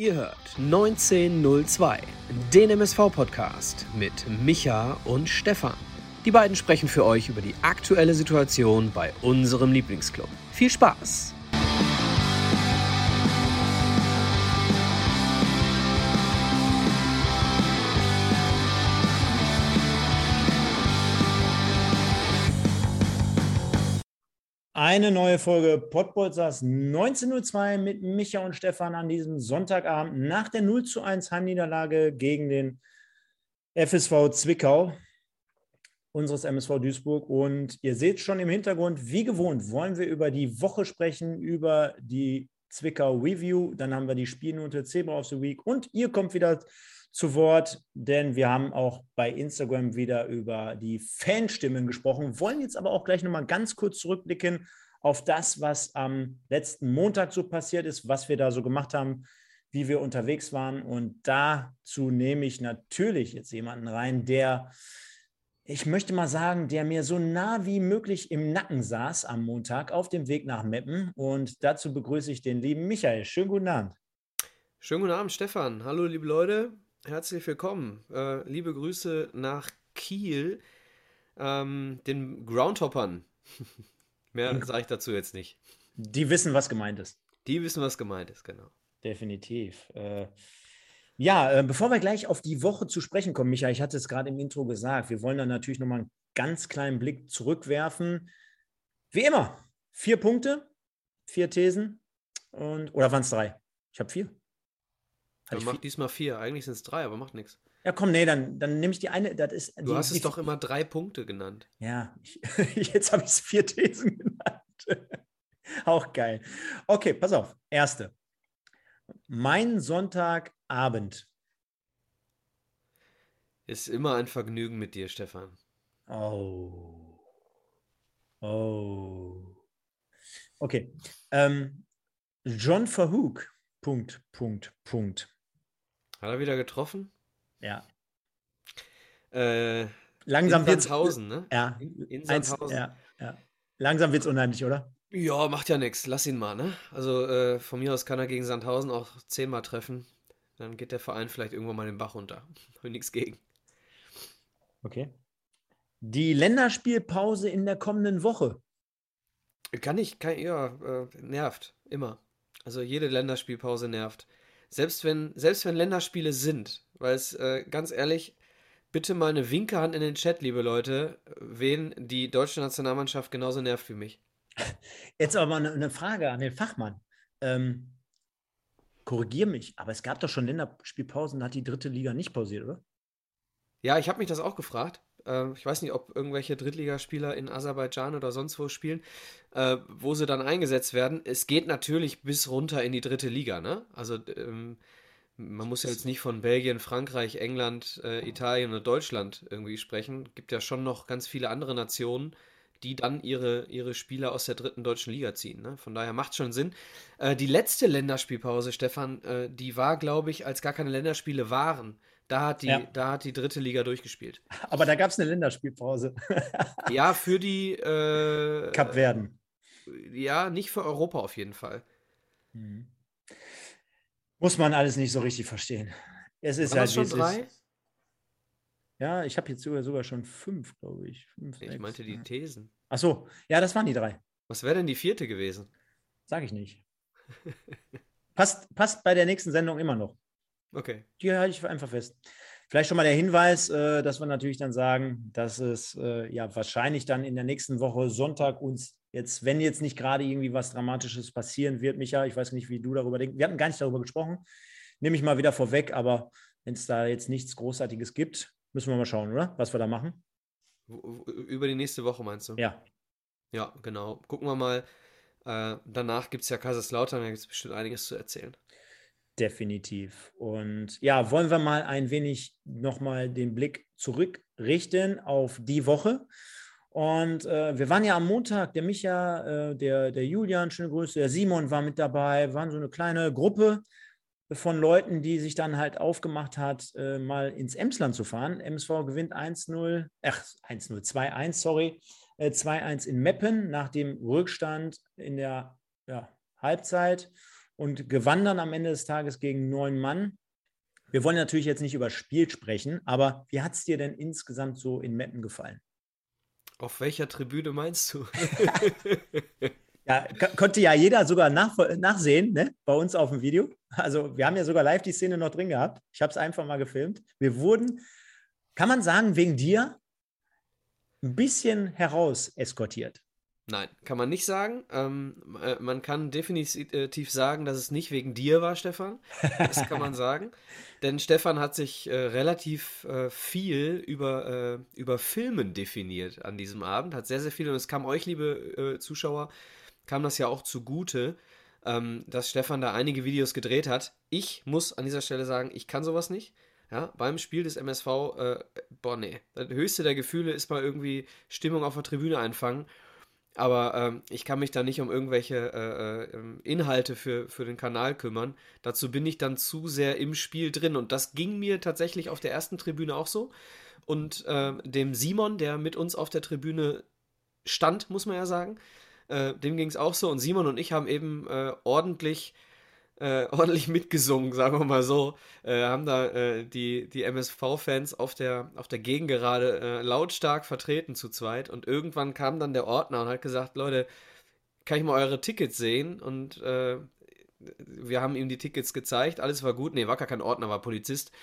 Ihr hört 1902, den MSV-Podcast mit Micha und Stefan. Die beiden sprechen für euch über die aktuelle Situation bei unserem Lieblingsclub. Viel Spaß! Eine neue Folge Pottbolzers 1902 mit Micha und Stefan an diesem Sonntagabend nach der 0:1 Heimniederlage gegen den FSV Zwickau, unseres MSV Duisburg. Und ihr seht schon im Hintergrund, wie gewohnt, wollen wir über die Woche sprechen, über die Zwickau Review. Dann haben wir die Spielnote Zebra of the Week und ihr kommt wieder zu Wort, denn wir haben auch bei Instagram wieder über die Fanstimmen gesprochen, wollen jetzt aber auch gleich nochmal ganz kurz zurückblicken auf das, was am letzten Montag so passiert ist, was wir da so gemacht haben, wie wir unterwegs waren. Und dazu nehme ich natürlich jetzt jemanden rein, der, ich möchte mal sagen, der mir so nah wie möglich im Nacken saß am Montag auf dem Weg nach Meppen. Und dazu begrüße ich den lieben Michael. Schönen guten Abend. Schönen guten Abend, Stefan. Hallo, liebe Leute. Herzlich willkommen. Liebe Grüße nach Kiel, den Groundhoppern. Mehr sage ich dazu jetzt nicht. Die wissen, was gemeint ist. Die wissen, was gemeint ist, genau. Definitiv. Bevor wir gleich auf die Woche zu sprechen kommen, Micha, ich hatte es gerade im Intro gesagt, wir wollen dann natürlich nochmal einen ganz kleinen Blick zurückwerfen. Wie immer, 4 Punkte, 4 Thesen oder waren es 3? Ich habe 4. Man macht diesmal 4. Eigentlich sind es 3, aber macht nichts. Ja, komm, nee, dann nehme ich die eine. Du hast es doch immer 3 Punkte genannt. Ja, jetzt habe ich es 4 Thesen genannt. Auch geil. Okay, pass auf. Erste. Mein Sonntagabend. Ist immer ein Vergnügen mit dir, Stefan. Oh. Okay. John Verhoek. Punkt. Hat er wieder getroffen? Ja. Langsam in Sandhausen, ne? Ja. In Sandhausen. Ja. Langsam wird es unheimlich, oder? Ja, macht ja nichts. Lass ihn mal, ne? Also von mir aus kann er gegen Sandhausen auch 10-mal treffen. Dann geht der Verein vielleicht irgendwann mal den Bach runter. Habe nichts gegen. Okay. Die Länderspielpause in der kommenden Woche. Nervt. Immer. Also jede Länderspielpause nervt. Selbst wenn Länderspiele sind, weil es, ganz ehrlich, bitte mal eine Winke-Hand in den Chat, liebe Leute, wen die deutsche Nationalmannschaft genauso nervt wie mich. Jetzt aber mal eine Frage an den Fachmann. Korrigier mich, aber es gab doch schon Länderspielpausen, da hat die dritte Liga nicht pausiert, oder? Ja, ich habe mich das auch gefragt. Ich weiß nicht, ob irgendwelche Drittligaspieler in Aserbaidschan oder sonst wo spielen, wo sie dann eingesetzt werden. Es geht natürlich bis runter in die dritte Liga, ne? Also man muss ja jetzt nicht von Belgien, Frankreich, England, Italien und Deutschland irgendwie sprechen. Gibt ja schon noch ganz viele andere Nationen, die dann ihre Spieler aus der dritten deutschen Liga ziehen. Ne? Von daher macht schon Sinn. Die letzte Länderspielpause, Stefan, die war, glaube ich, als gar keine Länderspiele waren. Da hat die dritte Liga durchgespielt. Aber da gab es eine Länderspielpause. Ja, für die Kapverden. Ja, nicht für Europa auf jeden Fall. Mhm. Muss man alles nicht so richtig verstehen. Es ist halt schon 3? Ja, ich habe jetzt sogar schon 5, glaube ich. 5, 6, ich meinte die Thesen. Ach so, ja, das waren die 3. Was wäre denn die 4. gewesen? Sag ich nicht. Passt bei der nächsten Sendung immer noch. Okay. Die halte ich einfach fest. Vielleicht schon mal der Hinweis, dass wir natürlich dann sagen, dass es wahrscheinlich dann in der nächsten Woche Sonntag uns jetzt, wenn jetzt nicht gerade irgendwie was Dramatisches passieren wird, Micha, ich weiß nicht, wie du darüber denkst. Wir hatten gar nicht darüber gesprochen. Nehme ich mal wieder vorweg, aber wenn es da jetzt nichts Großartiges gibt, müssen wir mal schauen, oder? Was wir da machen. Über die nächste Woche meinst du? Ja. Ja, genau. Gucken wir mal. Danach gibt es ja Kaiserslautern, da gibt es bestimmt einiges zu erzählen. Definitiv. Und ja, wollen wir mal ein wenig nochmal den Blick zurückrichten auf die Woche. Und wir waren ja am Montag, der Micha, der Julian, schöne Grüße, der Simon war mit dabei, waren so eine kleine Gruppe von Leuten, die sich dann halt aufgemacht hat, mal ins Emsland zu fahren. MSV gewinnt 2-1, sorry. 2-1 in Meppen nach dem Rückstand in der Halbzeit. und gewann dann am Ende des Tages gegen 9 Mann. Wir wollen natürlich jetzt nicht über das Spiel sprechen, aber wie hat es dir denn insgesamt so in Meppen gefallen? Auf welcher Tribüne meinst du? Ja, konnte ja jeder sogar nachsehen, ne? Bei uns auf dem Video. Also wir haben ja sogar live die Szene noch drin gehabt. Ich habe es einfach mal gefilmt. Wir wurden, kann man sagen, wegen dir ein bisschen heraus eskortiert. Nein, kann man nicht sagen. Man kann definitiv sagen, dass es nicht wegen dir war, Stefan. Das kann man sagen. Denn Stefan hat sich relativ viel über Filmen definiert an diesem Abend. Hat sehr, sehr viel, und es kam euch, liebe Zuschauer, kam das ja auch zugute, dass Stefan da einige Videos gedreht hat. Ich muss an dieser Stelle sagen, ich kann sowas nicht. Ja, beim Spiel des MSV, boah, nee. Das höchste der Gefühle ist mal irgendwie Stimmung auf der Tribüne einfangen. Aber ich kann mich da nicht um irgendwelche Inhalte für den Kanal kümmern. Dazu bin ich dann zu sehr im Spiel drin. Und das ging mir tatsächlich auf der ersten Tribüne auch so. Und dem Simon, der mit uns auf der Tribüne stand, muss man ja sagen, dem ging es auch so. Und Simon und ich haben eben ordentlich mitgesungen, sagen wir mal so. Haben da die MSV-Fans auf der Gegengerade lautstark vertreten zu zweit. Und irgendwann kam dann der Ordner und hat gesagt, Leute, kann ich mal eure Tickets sehen? Und wir haben ihm die Tickets gezeigt, alles war gut. Nee, war gar kein Ordner, war Polizist.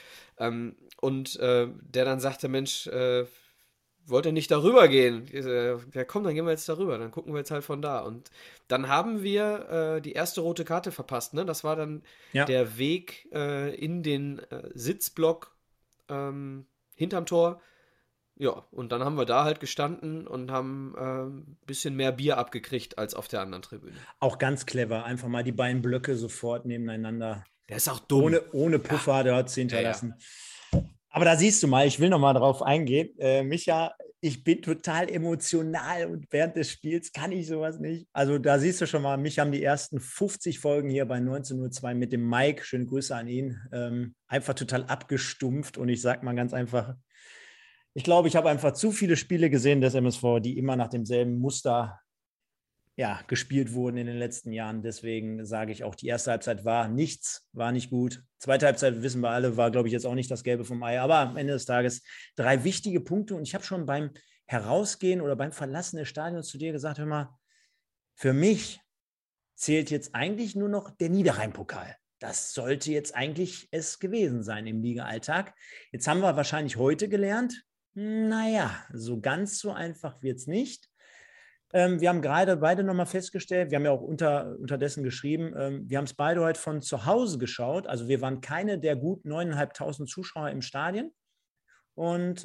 Der dann sagte, Mensch, wollt ihr nicht darüber gehen? Ja, komm, dann gehen wir jetzt darüber. Dann gucken wir jetzt halt von da. Und dann haben wir die erste rote Karte verpasst. Ne? Das war dann Ja. der Weg in den Sitzblock hinterm Tor. Ja, und dann haben wir da halt gestanden und haben ein bisschen mehr Bier abgekriegt als auf der anderen Tribüne. Auch ganz clever. Einfach mal die beiden Blöcke sofort nebeneinander. Der ist auch dumm. Ohne Puffer, der hat sie Ja, ja. hinterlassen. Aber da siehst du mal, ich will noch mal drauf eingehen. Micha, ich bin total emotional und während des Spiels kann ich sowas nicht. Also da siehst du schon mal, mich haben die ersten 50 Folgen hier bei 19:02 mit dem Mike, schöne Grüße an ihn, einfach total abgestumpft. Und ich sage mal ganz einfach, ich glaube, ich habe einfach zu viele Spiele gesehen des MSV, die immer nach demselben Muster gespielt wurden in den letzten Jahren. Deswegen sage ich auch, die erste Halbzeit war nichts, war nicht gut. Zweite Halbzeit, wissen wir alle, war, glaube ich, jetzt auch nicht das Gelbe vom Ei. Aber am Ende des Tages 3 wichtige Punkte. Und ich habe schon beim Herausgehen oder beim Verlassen des Stadions zu dir gesagt, hör mal, für mich zählt jetzt eigentlich nur noch der Niederrhein-Pokal. Das sollte jetzt eigentlich es gewesen sein im Liga-Alltag. Jetzt haben wir wahrscheinlich heute gelernt, naja, so ganz so einfach wird es nicht. Wir haben gerade beide nochmal festgestellt, wir haben ja auch unterdessen geschrieben, wir haben es beide heute von zu Hause geschaut. Also wir waren keine der gut 9.500 Zuschauer im Stadion. Und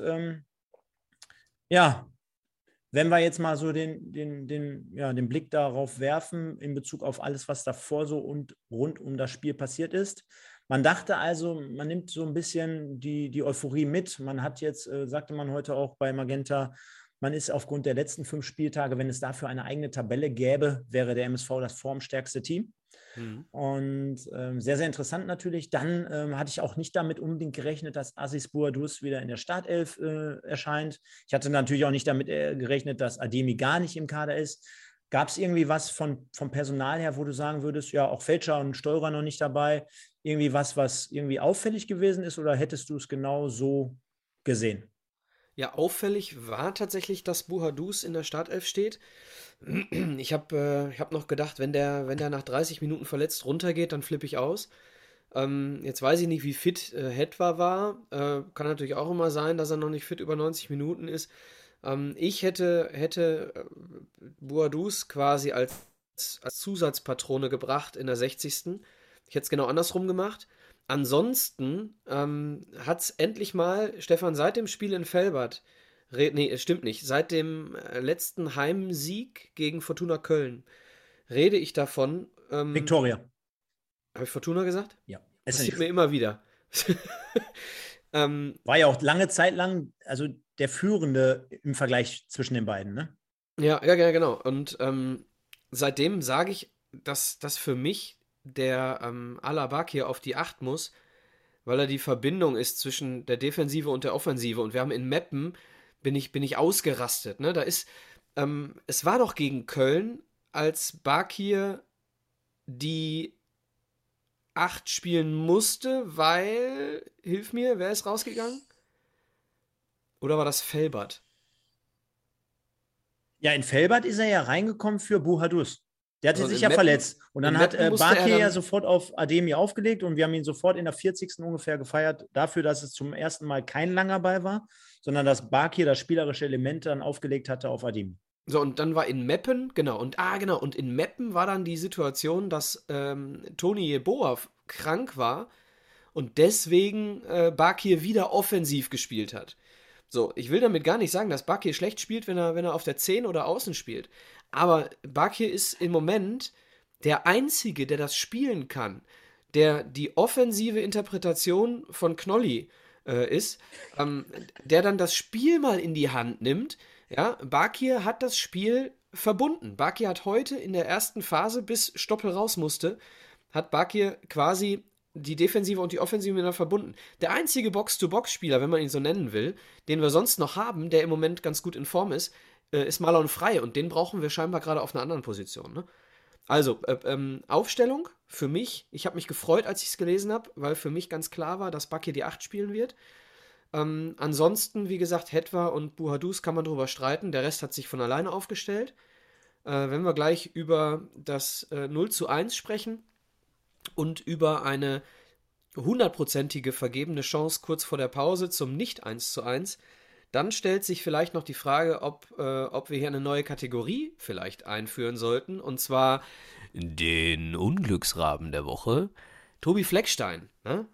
wenn wir jetzt mal so den Blick darauf werfen, in Bezug auf alles, was davor so und rund um das Spiel passiert ist. Man dachte also, man nimmt so ein bisschen die Euphorie mit. Man hat jetzt, sagte man heute auch bei Magenta, man ist aufgrund der letzten 5 Spieltage, wenn es dafür eine eigene Tabelle gäbe, wäre der MSV das formstärkste Team. Mhm. Und sehr, sehr interessant natürlich. Dann hatte ich auch nicht damit unbedingt gerechnet, dass Aziz Bouadouz wieder in der Startelf erscheint. Ich hatte natürlich auch nicht damit gerechnet, dass Ademi gar nicht im Kader ist. Gab es irgendwie was vom Personal her, wo du sagen würdest, ja, auch Fälscher und Steurer noch nicht dabei, irgendwie was irgendwie auffällig gewesen ist, oder hättest du es genau so gesehen? Ja, auffällig war tatsächlich, dass Bouadouz in der Startelf steht. Ich hab noch gedacht, wenn der nach 30 Minuten verletzt runtergeht, dann flippe ich aus. Jetzt weiß ich nicht, wie fit Hetwa war. Kann natürlich auch immer sein, dass er noch nicht fit über 90 Minuten ist. Ich hätte Bouadouz quasi als Zusatzpatrone gebracht in der 60. Ich hätte es genau andersrum gemacht. Ansonsten hat es endlich mal, Stefan, seit dem Spiel in Velbert, nee, es stimmt nicht, seit dem letzten Heimsieg gegen Fortuna Köln rede ich davon. Viktoria. Habe ich Fortuna gesagt? Ja. Passiert mir immer wieder. War ja auch lange Zeit lang, also der Führende im Vergleich zwischen den beiden, ne? Ja, genau. Und seitdem sage ich, dass das für mich der Alaba hier auf die 8 muss, weil er die Verbindung ist zwischen der Defensive und der Offensive. Und wir haben in Meppen, bin ich ausgerastet. Ne? Es war doch gegen Köln, als Bakir die 8 spielen musste, weil, hilf mir, wer ist rausgegangen? Oder war das Felbert? Ja, in Velbert ist er ja reingekommen für Buhadus. Der hatte Also sich in ja Meppen, verletzt. Und in dann hat Meppen musste er Bakir ja dann. sofort auf Ademi aufgelegt und wir haben ihn sofort in der 40. ungefähr gefeiert, dafür, dass es zum ersten Mal kein langer Ball war, sondern dass Bakir das spielerische Element dann aufgelegt hatte auf Ademi. So, und dann war in Meppen, genau, und in Meppen war dann die Situation, dass Toni Yeboah krank war und deswegen Bakir wieder offensiv gespielt hat. So, ich will damit gar nicht sagen, dass Bakir schlecht spielt, wenn er auf der 10 oder außen spielt. Aber Bakir ist im Moment der Einzige, der das spielen kann, der die offensive Interpretation von Knolli ist, ähm, der dann das Spiel mal in die Hand nimmt. Ja, Bakir hat das Spiel verbunden. Bakir hat heute in der ersten Phase, bis Stoppel raus musste, hat Bakir quasi die Defensive und die Offensive miteinander verbunden. Der einzige Box-to-Box-Spieler, wenn man ihn so nennen will, den wir sonst noch haben, der im Moment ganz gut in Form ist Marlon Frey und den brauchen wir scheinbar gerade auf einer anderen Position. Ne? Also, Aufstellung für mich, ich habe mich gefreut, als ich es gelesen habe, weil für mich ganz klar war, dass Bakir die 8 spielen wird. Ansonsten, wie gesagt, Hetwa und Buhadus kann man drüber streiten, der Rest hat sich von alleine aufgestellt. Wenn wir gleich über das 0:1 sprechen und über eine hundertprozentige vergebene Chance kurz vor der Pause zum Nicht-1:1, dann stellt sich vielleicht noch die Frage, ob wir hier eine neue Kategorie vielleicht einführen sollten, und zwar den Unglücksraben der Woche. Tobi Fleckstein, ne?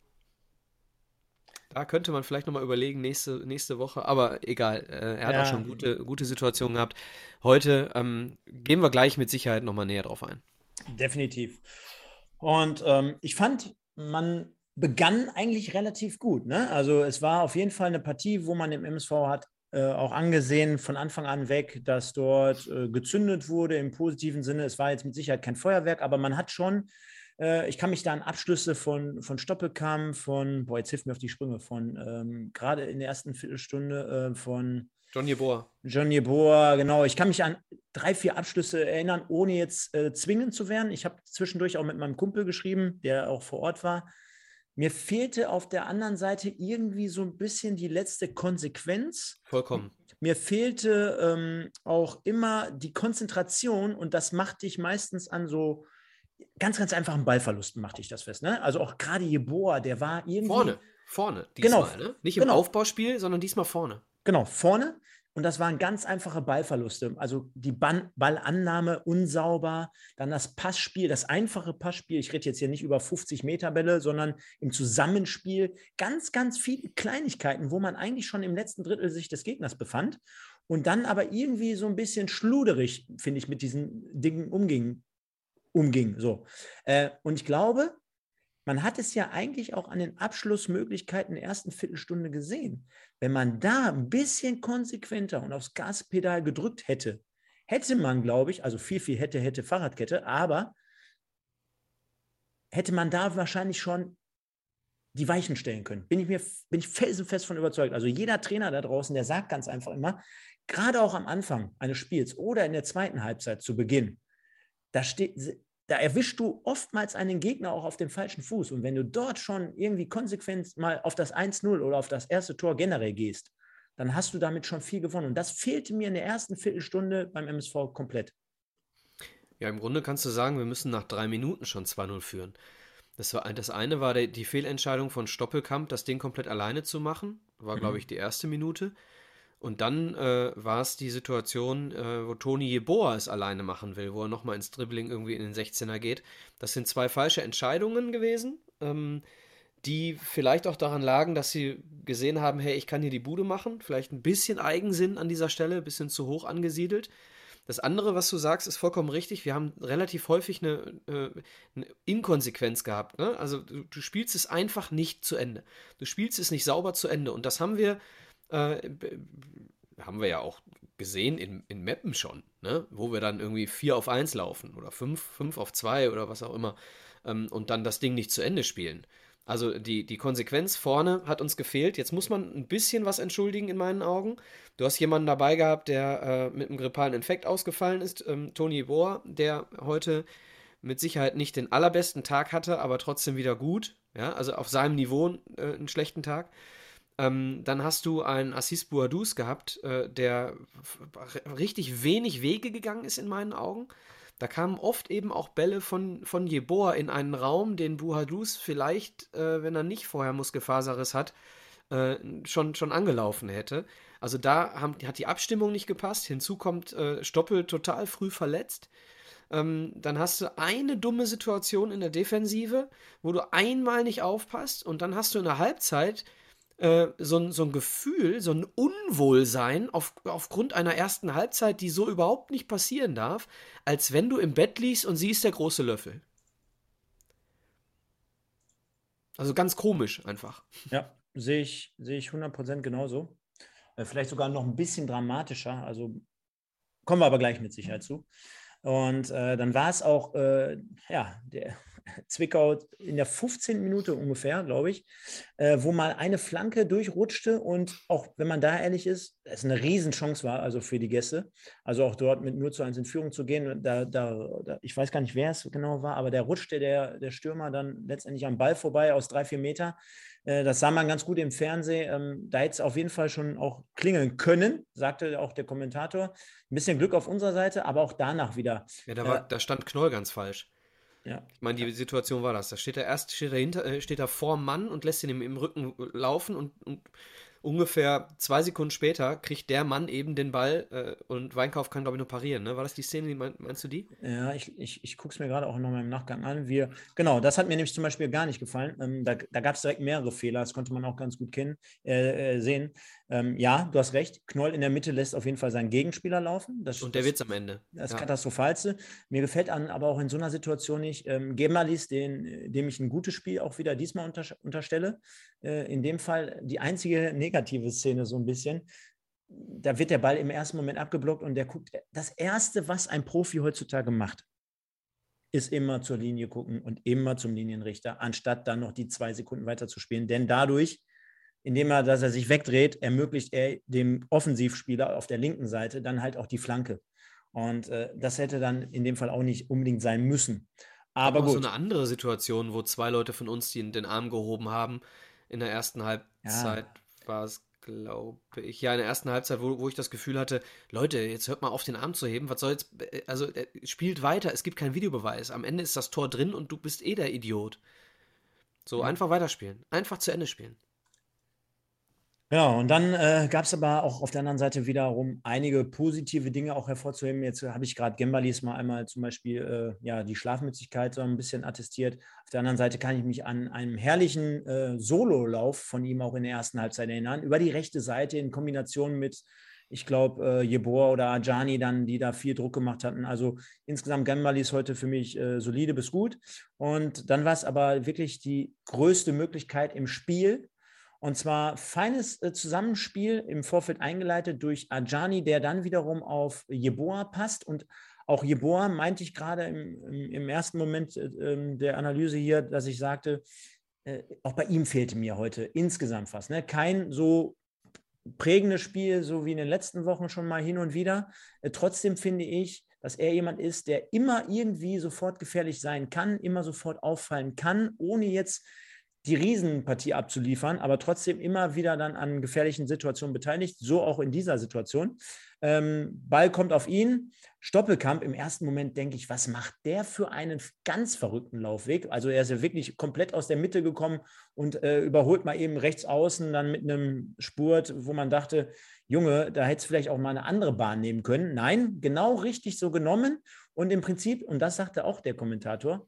Da könnte man vielleicht nochmal überlegen, nächste Woche, aber egal, er hat auch Ja, schon gute Situationen gehabt. Heute gehen wir gleich mit Sicherheit nochmal näher drauf ein. definitiv. Und ich fand, man begann eigentlich relativ gut. Ne? Also es war auf jeden Fall eine Partie, wo man im MSV hat auch angesehen von Anfang an weg, dass dort gezündet wurde im positiven Sinne. Es war jetzt mit Sicherheit kein Feuerwerk, aber man hat schon, ich kann mich da an Abschlüsse von Stoppelkamp, boah, jetzt hilft mir auf die Sprünge, gerade in der ersten Viertelstunde von John Jeboa. John Yeboah, genau. Ich kann mich an 3, 4 Abschlüsse erinnern, ohne jetzt zwingend zu werden. Ich habe zwischendurch auch mit meinem Kumpel geschrieben, der auch vor Ort war. Mir fehlte auf der anderen Seite irgendwie so ein bisschen die letzte Konsequenz. Vollkommen. Mir fehlte auch immer die Konzentration und das machte ich meistens an so ganz, ganz einfachen Ballverlusten, machte ich das fest. Ne? Also auch gerade Jeboah, der war irgendwie. Vorne, Genau, diesmal, ne? Nicht im genau. Aufbauspiel, sondern diesmal vorne. Genau, vorne. Und das waren ganz einfache Ballverluste. Also die Ballannahme unsauber, dann das Passspiel, das einfache Passspiel. Ich rede jetzt hier nicht über 50-Meter-Bälle, sondern im Zusammenspiel ganz, ganz viele Kleinigkeiten, wo man eigentlich schon im letzten Drittel sich des Gegners befand und dann aber irgendwie so ein bisschen schluderig, finde ich, mit diesen Dingen umging. So. Und ich glaube, man hat es ja eigentlich auch an den Abschlussmöglichkeiten der ersten Viertelstunde gesehen. Wenn man da ein bisschen konsequenter und aufs Gaspedal gedrückt hätte, hätte man, glaube ich, also viel hätte Fahrradkette, aber hätte man da wahrscheinlich schon die Weichen stellen können. Bin ich felsenfest von überzeugt. Also jeder Trainer da draußen, der sagt ganz einfach immer, gerade auch am Anfang eines Spiels oder in der zweiten Halbzeit zu Beginn, da erwischst du oftmals einen Gegner auch auf dem falschen Fuß. Und wenn du dort schon irgendwie konsequent mal auf das 1:0 oder auf das erste Tor generell gehst, dann hast du damit schon viel gewonnen. Und das fehlte mir in der ersten Viertelstunde beim MSV komplett. Ja, im Grunde kannst du sagen, wir müssen nach 3 Minuten schon 2:0 führen. Das eine war die Fehlentscheidung von Stoppelkamp, das Ding komplett alleine zu machen. War, glaube ich, die erste Minute. Und dann war es die Situation, wo Toni Jeboa es alleine machen will, wo er nochmal ins Dribbling irgendwie in den 16er geht. Das sind 2 falsche Entscheidungen gewesen, die vielleicht auch daran lagen, dass sie gesehen haben, hey, ich kann hier die Bude machen. Vielleicht ein bisschen Eigensinn an dieser Stelle, ein bisschen zu hoch angesiedelt. Das andere, was du sagst, ist vollkommen richtig. Wir haben relativ häufig eine Inkonsequenz gehabt. Ne? Also du spielst es einfach nicht zu Ende. Du spielst es nicht sauber zu Ende. Und das haben wir ja auch gesehen in Meppen schon, ne? Wo wir dann irgendwie 4-auf-1 laufen oder 5-auf-2 oder was auch immer und dann das Ding nicht zu Ende spielen. Also die Konsequenz vorne hat uns gefehlt. Jetzt muss man ein bisschen was entschuldigen in meinen Augen. Du hast jemanden dabei gehabt, der mit einem grippalen Infekt ausgefallen ist, Toni Bohr, der heute mit Sicherheit nicht den allerbesten Tag hatte, aber trotzdem wieder gut. Ja, also auf seinem Niveau einen schlechten Tag. Dann hast du einen Assis Bouadouz gehabt, der richtig wenig Wege gegangen ist in meinen Augen. Da kamen oft eben auch Bälle von Jeboa in einen Raum, den Bouadouz vielleicht, wenn er nicht vorher Muskelfaserriss hat, schon angelaufen hätte. Also da hat die Abstimmung nicht gepasst. Hinzu kommt Stoppel total früh verletzt. Dann hast du eine dumme Situation in der Defensive, wo du einmal nicht aufpasst und dann hast du in der Halbzeit so ein Gefühl, so ein Unwohlsein aufgrund einer ersten Halbzeit, die so überhaupt nicht passieren darf, als wenn du im Bett liegst und siehst der große Löffel. Also ganz komisch einfach. Ja, sehe ich 100% genauso. Vielleicht sogar noch ein bisschen dramatischer. Also kommen wir aber gleich mit Sicherheit zu. Und dann war es auch, der Zwickau in der 15. Minute ungefähr, glaube ich, wo mal eine Flanke durchrutschte und auch, wenn man da ehrlich ist, es eine Riesenchance war, also für die Gäste, also auch dort mit 0:1 in Führung zu gehen. Ich weiß gar nicht, wer es genau war, aber der rutschte der Stürmer dann letztendlich am Ball vorbei aus 3-4 Meter. Das sah man ganz gut im Fernsehen. Da hätte es auf jeden Fall schon auch klingeln können, sagte auch der Kommentator. Ein bisschen Glück auf unserer Seite, aber auch danach wieder. Ja, da stand Knoll ganz falsch. Ja, Ich meine, die Situation war das. Da steht er vor dem Mann und lässt ihn im Rücken laufen und ungefähr 2 Sekunden später kriegt der Mann eben den Ball und Weinkauf kann, glaube ich, nur parieren. Ne? War das die Szene, meinst du die? ja, ich gucke es mir gerade auch nochmal im Nachgang an. Genau, das hat mir nämlich zum Beispiel gar nicht gefallen. Da gab es direkt mehrere Fehler, das konnte man auch ganz gut sehen. Ja, du hast recht, Knoll in der Mitte lässt auf jeden Fall seinen Gegenspieler laufen. Und der wird's am Ende. Das Ja. Katastrophalste. Mir gefällt aber auch in so einer Situation nicht Gemalis, dem ich ein gutes Spiel auch wieder diesmal unterstelle. In dem Fall die einzige negative Szene so ein bisschen. Da wird der Ball im ersten Moment abgeblockt und der guckt. Das Erste, was ein Profi heutzutage macht, ist immer zur Linie gucken und immer zum Linienrichter, anstatt dann noch die 2 Sekunden weiter zu spielen. Denn dadurch, dass er sich wegdreht, ermöglicht er dem Offensivspieler auf der linken Seite dann halt auch die Flanke. Und das hätte dann in dem Fall auch nicht unbedingt sein müssen. Aber Noch so gut. eine andere Situation, wo 2 Leute von uns den Arm gehoben haben. In der ersten Halbzeit Ja, war es, glaube ich, ja, in der ersten Halbzeit, wo ich das Gefühl hatte, Leute, jetzt hört mal auf, den Arm zu heben. Was soll jetzt, also spielt weiter, es gibt keinen Videobeweis. Am Ende ist das Tor drin und du bist der Idiot. So, ja. einfach weiterspielen. Einfach zu Ende spielen. Genau, und dann gab es aber auch auf der anderen Seite wiederum einige positive Dinge auch hervorzuheben. Jetzt habe ich gerade Gembalis mal einmal zum Beispiel die Schlafmützigkeit so ein bisschen attestiert. Auf der anderen Seite kann ich mich an einen herrlichen Sololauf von ihm auch in der ersten Halbzeit erinnern, über die rechte Seite in Kombination mit, ich glaube, Jeboa oder Ajani dann, die da viel Druck gemacht hatten. Also insgesamt Gembalis heute für mich solide bis gut. Und dann war es aber wirklich die größte Möglichkeit im Spiel. Und zwar feines Zusammenspiel im Vorfeld eingeleitet durch Ajani, der dann wiederum auf Jeboa passt. Und auch Jeboa meinte ich gerade im ersten Moment der Analyse hier, dass ich sagte, auch bei ihm fehlte mir heute insgesamt was. Ne? Kein so prägendes Spiel, so wie in den letzten Wochen schon mal hin und wieder. Trotzdem finde ich, dass er jemand ist, der immer irgendwie sofort gefährlich sein kann, immer sofort auffallen kann, ohne jetzt die Riesenpartie abzuliefern, aber trotzdem immer wieder dann an gefährlichen Situationen beteiligt, so auch in dieser Situation. Ball kommt auf ihn, Stoppelkamp, im ersten Moment denke ich, was macht der für einen ganz verrückten Laufweg? Also er ist ja wirklich komplett aus der Mitte gekommen und überholt mal eben rechts außen dann mit einem Spurt, wo man dachte, Junge, da hätte es vielleicht auch mal eine andere Bahn nehmen können. Nein, genau richtig so genommen und im Prinzip, und das sagte auch der Kommentator,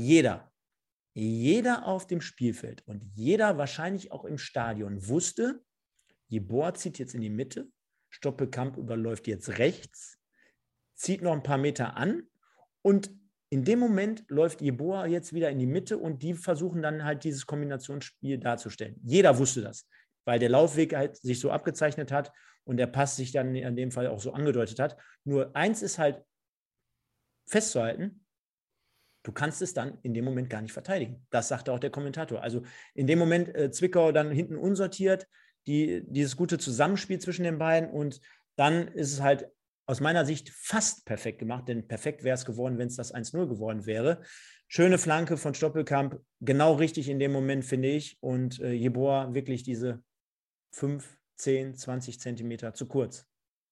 jeder auf dem Spielfeld und jeder wahrscheinlich auch im Stadion wusste, Jeboa zieht jetzt in die Mitte, Stoppelkamp überläuft jetzt rechts, zieht noch ein paar Meter an und in dem Moment läuft Jeboa jetzt wieder in die Mitte und die versuchen dann halt dieses Kombinationsspiel darzustellen. Jeder wusste das, weil der Laufweg halt sich so abgezeichnet hat und der Pass sich dann in dem Fall auch so angedeutet hat. Nur eins ist halt festzuhalten, du kannst es dann in dem Moment gar nicht verteidigen. Das sagte auch der Kommentator. Also in dem Moment Zwickau dann hinten unsortiert, dieses gute Zusammenspiel zwischen den beiden und dann ist es halt aus meiner Sicht fast perfekt gemacht, denn perfekt wäre es geworden, wenn es das 1-0 geworden wäre. Schöne Flanke von Stoppelkamp, genau richtig in dem Moment, finde ich. Und Jeboa wirklich diese 5, 10, 20 Zentimeter zu kurz.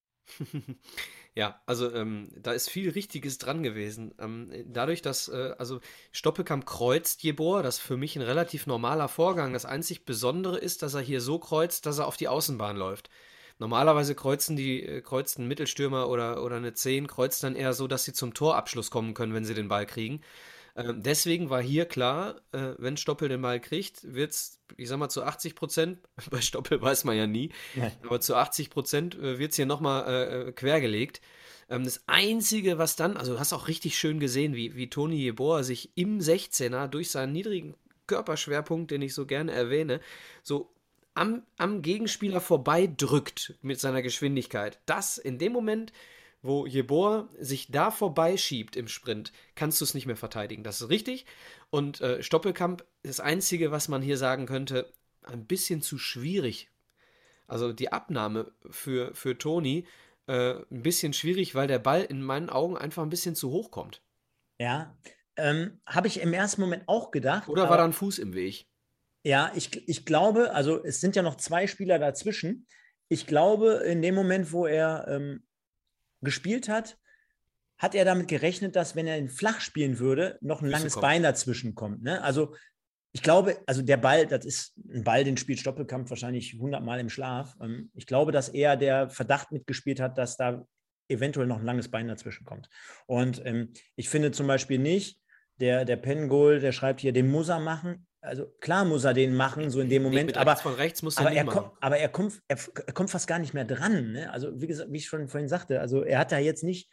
Ja, also da ist viel Richtiges dran gewesen. Dadurch, dass also Stoppelkamp kreuzt Jeboa, das ist für mich ein relativ normaler Vorgang. Das einzig Besondere ist, dass er hier so kreuzt, dass er auf die Außenbahn läuft. Normalerweise kreuzt ein Mittelstürmer oder eine 10 kreuzt dann eher so, dass sie zum Torabschluss kommen können, wenn sie den Ball kriegen. Deswegen war hier klar, wenn Stoppel den Ball kriegt, wird es, ich sag mal, zu 80%, bei Stoppel weiß man ja nie, Ja. aber zu 80% wird es hier nochmal quergelegt. Das Einzige, was dann, also du hast auch richtig schön gesehen, wie Toni Jeboa sich im 16er durch seinen niedrigen Körperschwerpunkt, den ich so gerne erwähne, so am Gegenspieler vorbeidrückt mit seiner Geschwindigkeit. Das in dem Moment, wo Jeboa sich da vorbeischiebt im Sprint, kannst du es nicht mehr verteidigen. Das ist richtig. Und Stoppelkamp, das Einzige, was man hier sagen könnte, ein bisschen zu schwierig. Also die Abnahme für Toni ein bisschen schwierig, weil der Ball in meinen Augen einfach ein bisschen zu hoch kommt. Ja, habe ich im ersten Moment auch gedacht, Oder war da ein Fuß im Weg? ja, ich glaube, also es sind ja noch 2 Spieler dazwischen. Ich glaube, in dem Moment, wo er gespielt hat, hat er damit gerechnet, dass, wenn er ihn flach spielen würde, noch ein Füße langes kommen. Bein dazwischen kommt. Ne? Also ich glaube, also der Ball, das ist ein Ball, den spielt Stoppelkamp wahrscheinlich 100-mal im Schlaf. Ich glaube, dass er der Verdacht mitgespielt hat, dass da eventuell noch ein langes Bein dazwischen kommt. Und ich finde zum Beispiel nicht, der Pengol, der schreibt hier, den muss er machen. Also klar muss er den machen, so in dem Nee, Moment, mit aber, rechts von rechts muss er aber, nicht er, machen. aber er kommt fast gar nicht mehr dran. Ne? Also wie gesagt, wie ich schon vorhin sagte, also er hat da jetzt nicht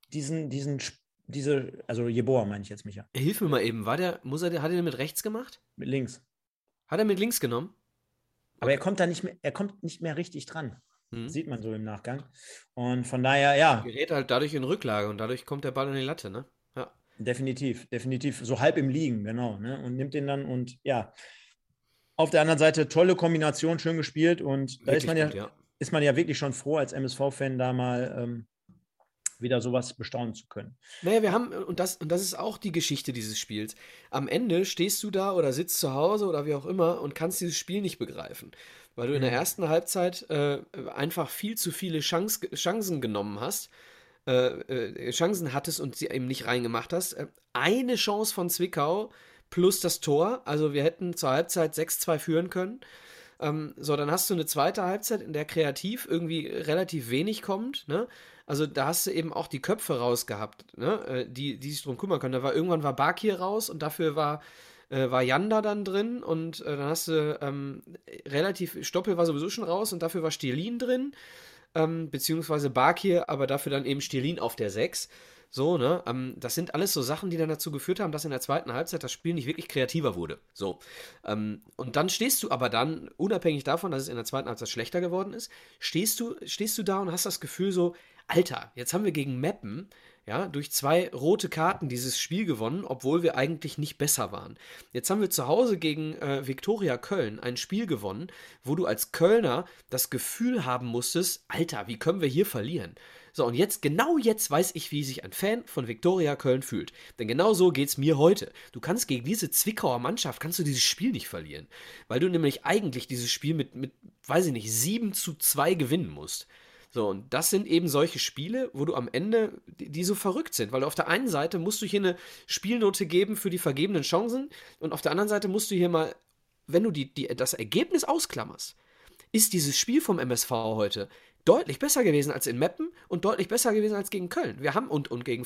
also Jeboa meine ich jetzt, Micha, Hilf mir mal eben, hat er den mit rechts gemacht? mit links. Hat er mit links genommen? Aber Okay. er kommt nicht mehr richtig dran. Mhm. Sieht man so im Nachgang. Und von daher, ja, Gerät halt dadurch in Rücklage und dadurch kommt der Ball in die Latte, ne? Ja. definitiv. So halb im Liegen, genau. Ne? Und nimmt den dann und ja. Auf der anderen Seite, tolle Kombination, schön gespielt. Und da Wirklich gut, ja. ist man ja wirklich schon froh, als MSV-Fan da mal wieder sowas bestaunen zu können. Naja, wir haben, und das ist auch die Geschichte dieses Spiels. Am Ende stehst du da oder sitzt zu Hause oder wie auch immer und kannst dieses Spiel nicht begreifen. Weil du in der ersten Halbzeit einfach viel zu viele Chancen genommen hast, Chancen hattest und sie eben nicht reingemacht hast. Eine Chance von Zwickau plus das Tor. Also wir hätten zur Halbzeit 6-2 führen können. So, dann hast du eine zweite Halbzeit, in der kreativ irgendwie relativ wenig kommt, ne? Also da hast du eben auch die Köpfe rausgehabt, ne? Die sich drum kümmern können. Irgendwann war Bakir raus und dafür war Janda dann drin und dann hast du Stoppel war sowieso schon raus und dafür war Stierlin drin, beziehungsweise Bakir, aber dafür dann eben Stierlin auf der 6. So, ne? Das sind alles so Sachen, die dann dazu geführt haben, dass in der zweiten Halbzeit das Spiel nicht wirklich kreativer wurde. So. Und dann stehst du aber dann, unabhängig davon, dass es in der zweiten Halbzeit schlechter geworden ist, stehst du da und hast das Gefühl so, Alter, jetzt haben wir gegen Meppen, ja, durch 2 rote Karten dieses Spiel gewonnen, obwohl wir eigentlich nicht besser waren. Jetzt haben wir zu Hause gegen Viktoria Köln ein Spiel gewonnen, wo du als Kölner das Gefühl haben musstest, Alter, wie können wir hier verlieren? So, und genau jetzt weiß ich, wie sich ein Fan von Viktoria Köln fühlt. Denn genau so geht's mir heute. Du kannst gegen diese Zwickauer Mannschaft, kannst du dieses Spiel nicht verlieren. Weil du nämlich eigentlich dieses Spiel mit weiß ich nicht, 7-2 gewinnen musst. So, und das sind eben solche Spiele, wo du am Ende, die so verrückt sind, weil auf der einen Seite musst du hier eine Spielnote geben für die vergebenen Chancen und auf der anderen Seite musst du hier mal, wenn du das Ergebnis ausklammerst, ist dieses Spiel vom MSV heute deutlich besser gewesen als in Meppen und deutlich besser gewesen als gegen Köln. Wir haben und gegen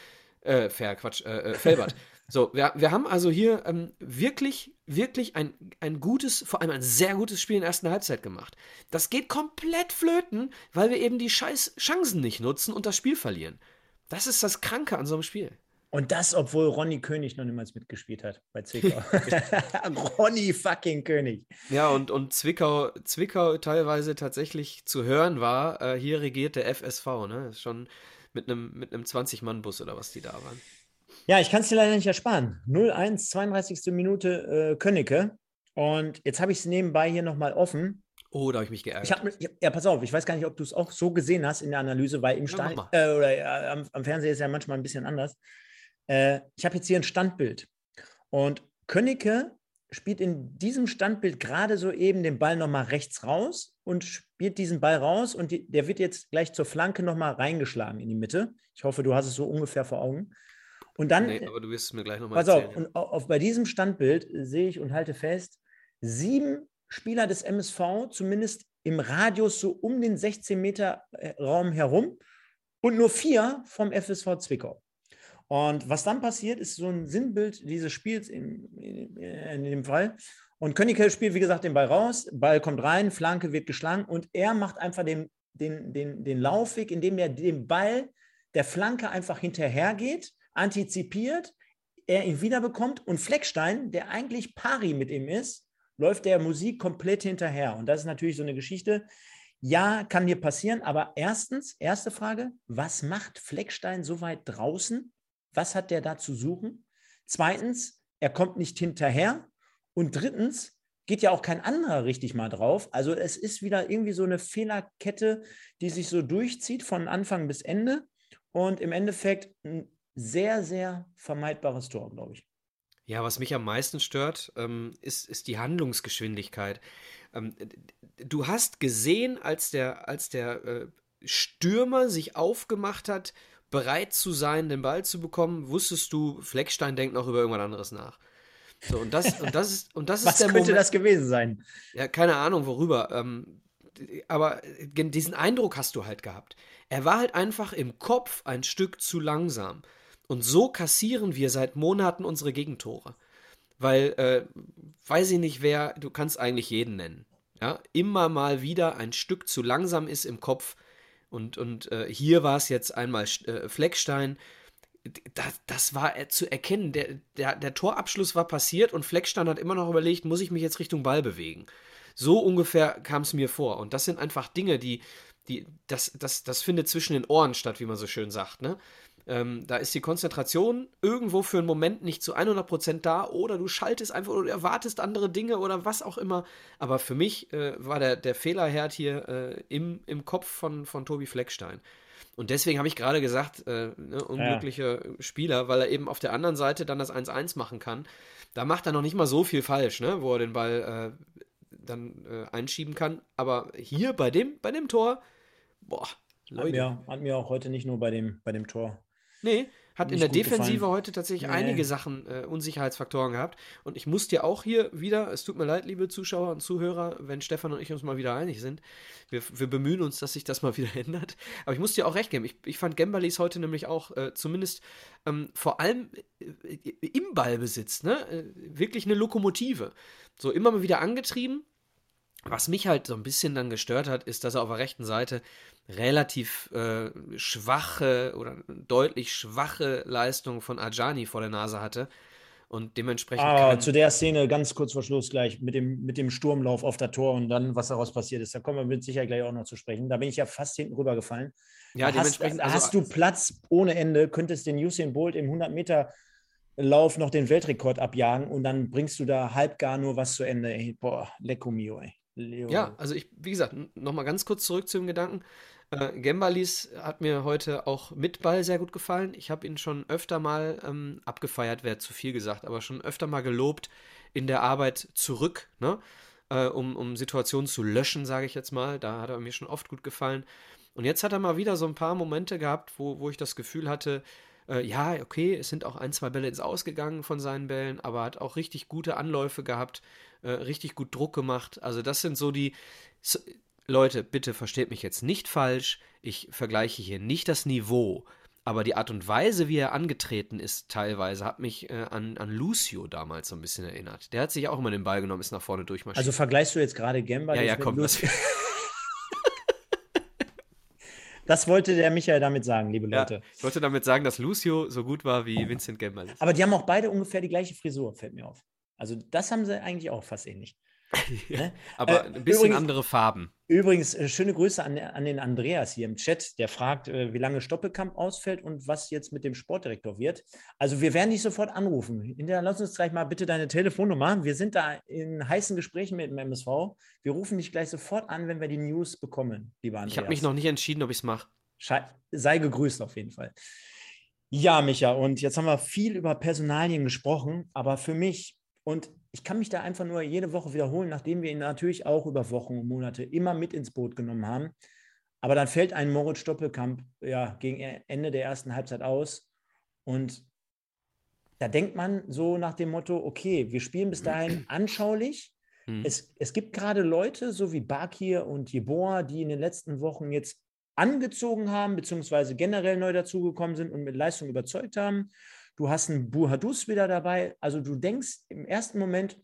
Felbert. So, wir haben also hier wirklich ein gutes, vor allem ein sehr gutes Spiel in der ersten Halbzeit gemacht. Das geht komplett flöten, weil wir eben die scheiß Chancen nicht nutzen und das Spiel verlieren. Das ist das Kranke an so einem Spiel. Und das, obwohl Ronny König noch niemals mitgespielt hat bei Zwickau. Ronny fucking König. Ja, und Zwickau teilweise tatsächlich zu hören war, hier regiert der FSV, ne? Ist schon mit einem 20-Mann-Bus oder was die da waren. Ja, ich kann es dir leider nicht ersparen. 0-1, 32. Minute Könnecke. Und jetzt habe ich es nebenbei hier nochmal offen. Oh, da habe ich mich geärgert. Ja, pass auf, ich weiß gar nicht, ob du es auch so gesehen hast in der Analyse, weil im Ja, mach Stall mal. am Fernseher ist ja manchmal ein bisschen anders. Ich habe jetzt hier ein Standbild und Könnecke spielt in diesem Standbild gerade soeben den Ball nochmal rechts raus und spielt diesen Ball raus und der wird jetzt gleich zur Flanke nochmal reingeschlagen in die Mitte. Ich hoffe, du hast es so ungefähr vor Augen. Und dann, Nee, aber du wirst es mir gleich nochmal pass erzählen, auf, ja. und bei diesem Standbild sehe ich und halte fest, 7 Spieler des MSV, zumindest im Radius so um den 16 Meter Raum herum und nur 4 vom FSV Zwickau. Und was dann passiert, ist so ein Sinnbild dieses Spiels in dem Fall. Und Könnecke spielt, wie gesagt, den Ball raus, Ball kommt rein, Flanke wird geschlagen und er macht einfach den Laufweg, indem er den Ball der Flanke einfach hinterhergeht, antizipiert, er ihn wiederbekommt und Fleckstein, der eigentlich pari mit ihm ist, läuft der Musik komplett hinterher. Und das ist natürlich so eine Geschichte. Ja, kann dir passieren, aber erste Frage, was macht Fleckstein so weit draußen? Was hat der da zu suchen? Zweitens, er kommt nicht hinterher. Und drittens, geht ja auch kein anderer richtig mal drauf. Also es ist wieder irgendwie so eine Fehlerkette, die sich so durchzieht von Anfang bis Ende. Und im Endeffekt ein sehr, sehr vermeidbares Tor, glaube ich. Ja, was mich am meisten stört, ist die Handlungsgeschwindigkeit. Ähm, Du hast gesehen, als der Stürmer sich aufgemacht hat, bereit zu sein, den Ball zu bekommen, wusstest du, Fleckstein denkt noch über irgendwas anderes nach. So, und das ist Was der könnte Moment. das gewesen sein? Ja, keine Ahnung worüber. Aber diesen Eindruck hast du halt gehabt. Er war halt einfach im Kopf ein Stück zu langsam. Und so kassieren wir seit Monaten unsere Gegentore. Weil, weiß ich nicht wer, du kannst eigentlich jeden nennen. Ja, immer mal wieder ein Stück zu langsam ist im Kopf. Und hier war es jetzt einmal Fleckstein. Das war zu erkennen. Der Torabschluss war passiert und Fleckstein hat immer noch überlegt, muss ich mich jetzt Richtung Ball bewegen? So ungefähr kam es mir vor. Und das sind einfach Dinge, das findet zwischen den Ohren statt, wie man so schön sagt, ne? Da ist die Konzentration irgendwo für einen Moment nicht zu 100% da oder du schaltest einfach oder erwartest andere Dinge oder was auch immer. Aber für mich war der Fehlerherd hier im Kopf von Tobi Fleckstein. Und deswegen habe ich gerade gesagt, ne, Ja, unglücklicher Spieler, weil er eben auf der anderen Seite dann das 1-1 machen kann. Da macht er noch nicht mal so viel falsch, ne, wo er den Ball dann einschieben kann. Aber hier bei dem Tor, boah, Leute. hat mir auch heute nicht nur bei dem Tor Nee, hat in nicht der gut Defensive gefallen. heute tatsächlich einige Nee. Sachen, Unsicherheitsfaktoren gehabt. Und ich muss dir auch hier wieder, es tut mir leid, liebe Zuschauer und Zuhörer, wenn Stefan und ich uns mal wieder einig sind. Wir bemühen uns, dass sich das mal wieder ändert. Aber ich muss dir auch recht geben. Ich fand Gembalis heute nämlich auch zumindest vor allem im Ballbesitz, ne, wirklich eine Lokomotive. So immer mal wieder angetrieben. Was mich halt so ein bisschen dann gestört hat, ist, dass er auf der rechten Seite relativ schwache oder deutlich schwache Leistung von Ajani vor der Nase hatte und dementsprechend Ah, zu kein. der Szene ganz kurz vor Schluss gleich mit dem Sturmlauf auf der Tor und dann, was daraus passiert ist. Da kommen wir mit Sicherheit gleich auch noch zu sprechen. Da bin ich ja fast hinten rübergefallen. Ja, Da hast, dementsprechend, da also hast du Platz ohne Ende, könntest den Usain Bolt im 100-Meter-Lauf noch den Weltrekord abjagen und dann bringst du da halb gar nur was zu Ende. Ey, boah, lecco mio, ey. ja, Leo. also wie gesagt, nochmal ganz kurz zurück zu dem Gedanken. Gembalis hat mir heute auch mit Ball sehr gut gefallen. Ich habe ihn schon öfter mal abgefeiert, wäre zu viel gesagt, aber schon öfter mal gelobt in der Arbeit zurück, ne? Um Situationen zu löschen, sage ich jetzt mal. Da hat er mir schon oft gut gefallen. Und jetzt hat er mal wieder so ein paar Momente gehabt, wo ich das Gefühl hatte, ja, okay, es sind auch ein, zwei Bälle ins Ausgegangen von seinen Bällen, aber hat auch richtig gute Anläufe gehabt, richtig gut Druck gemacht. Also das sind so die. So, Leute, bitte versteht mich jetzt nicht falsch. Ich vergleiche hier nicht das Niveau, aber die Art und Weise, wie er angetreten ist, teilweise, hat mich an Lucio damals so ein bisschen erinnert. Der hat sich auch immer den Ball genommen, ist nach vorne Also durchmarschiert. vergleichst du jetzt gerade Ja, Gembalis ja, mit komm, das. Lucio? Das wollte der Michael damit sagen, liebe Ja, Leute. ich wollte damit sagen, dass Lucio so gut war wie Vincent Gembalis. Aber die haben auch beide ungefähr die gleiche Frisur, fällt mir auf. Also das haben sie eigentlich auch fast ähnlich. Ja, Ne? aber ein bisschen Übrigens, andere Farben. Übrigens, schöne Grüße an den Andreas hier im Chat, der fragt, wie lange Stoppelkamp ausfällt und was jetzt mit dem Sportdirektor wird. Also wir werden dich sofort anrufen. Hinterher lass uns gleich mal bitte deine Telefonnummer. Wir sind da in heißen Gesprächen mit dem MSV. Wir rufen dich gleich sofort an, wenn wir die News bekommen, lieber Ich habe mich Andreas. noch nicht entschieden, ob ich es mache. Sei gegrüßt auf jeden Fall. Ja, Micha, und jetzt haben wir viel über Personalien gesprochen, aber für mich, und ich kann mich da einfach nur jede Woche wiederholen, nachdem wir ihn natürlich auch über Wochen und Monate immer mit ins Boot genommen haben. Aber dann fällt ein Moritz Stoppelkamp ja, gegen Ende der ersten Halbzeit aus. Und da denkt man so nach dem Motto, okay, wir spielen bis dahin anschaulich. Mhm. Es gibt gerade Leute, so wie Bakir und Jeboa, die in den letzten Wochen jetzt angezogen haben, beziehungsweise generell neu dazugekommen sind und mit Leistung überzeugt haben. Du hast einen Buhadus wieder dabei. Also du denkst im ersten Moment,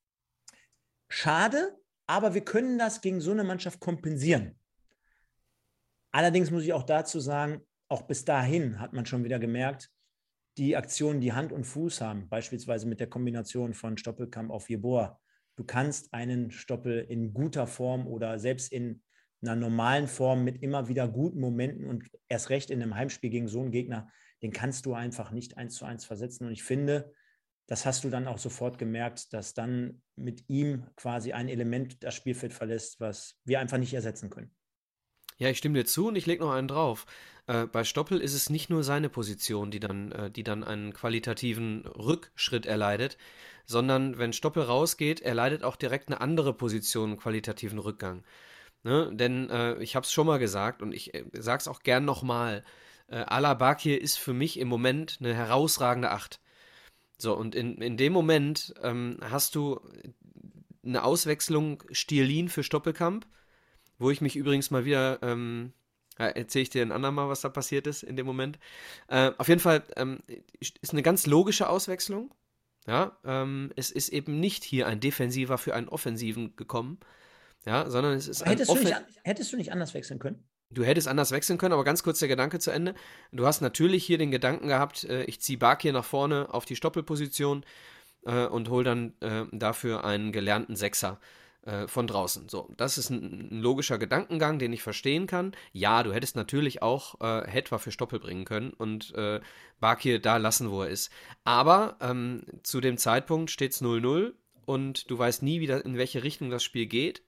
schade, aber wir können das gegen so eine Mannschaft kompensieren. Allerdings muss ich auch dazu sagen, auch bis dahin hat man schon wieder gemerkt, die Aktionen, die Hand und Fuß haben, beispielsweise mit der Kombination von Stoppelkamp auf Jeboa. Du kannst einen Stoppel in guter Form oder selbst in einer normalen Form mit immer wieder guten Momenten und erst recht in einem Heimspiel gegen so einen Gegner, den kannst du einfach nicht 1:1 versetzen. Und ich finde, das hast du dann auch sofort gemerkt, dass dann mit ihm quasi ein Element das Spielfeld verlässt, was wir einfach nicht ersetzen können. Ja, ich stimme dir zu und ich lege noch einen drauf. Bei Stoppel ist es nicht nur seine Position, die dann einen qualitativen Rückschritt erleidet, sondern wenn Stoppel rausgeht, erleidet auch direkt eine andere Position einen qualitativen Rückgang. Ne? Denn ich habe es schon mal gesagt und ich sage es auch gern nochmal. Alabakir ist für mich im Moment eine herausragende Acht. So, und in dem Moment hast du eine Auswechslung Stierlin für Stoppelkamp, wo ich mich übrigens mal wieder, ja, erzähle ich dir ein andermal, was da passiert ist in dem Moment. Auf jeden Fall ist eine ganz logische Auswechslung. Ja, es ist eben nicht hier ein Defensiver für einen Offensiven gekommen, ja, sondern es ist ein Hättest du nicht anders wechseln können? Du hättest anders wechseln können, aber ganz kurz der Gedanke zu Ende. Du hast natürlich hier den Gedanken gehabt, ich ziehe Bakir nach vorne auf die Stoppelposition und hole dann dafür einen gelernten Sechser von draußen. So, das ist ein logischer Gedankengang, den ich verstehen kann. Ja, du hättest natürlich auch Hetwa für Stoppel bringen können und Bakir da lassen, wo er ist. Aber zu dem Zeitpunkt steht es 0:0 und du weißt nie, in welche Richtung das Spiel geht.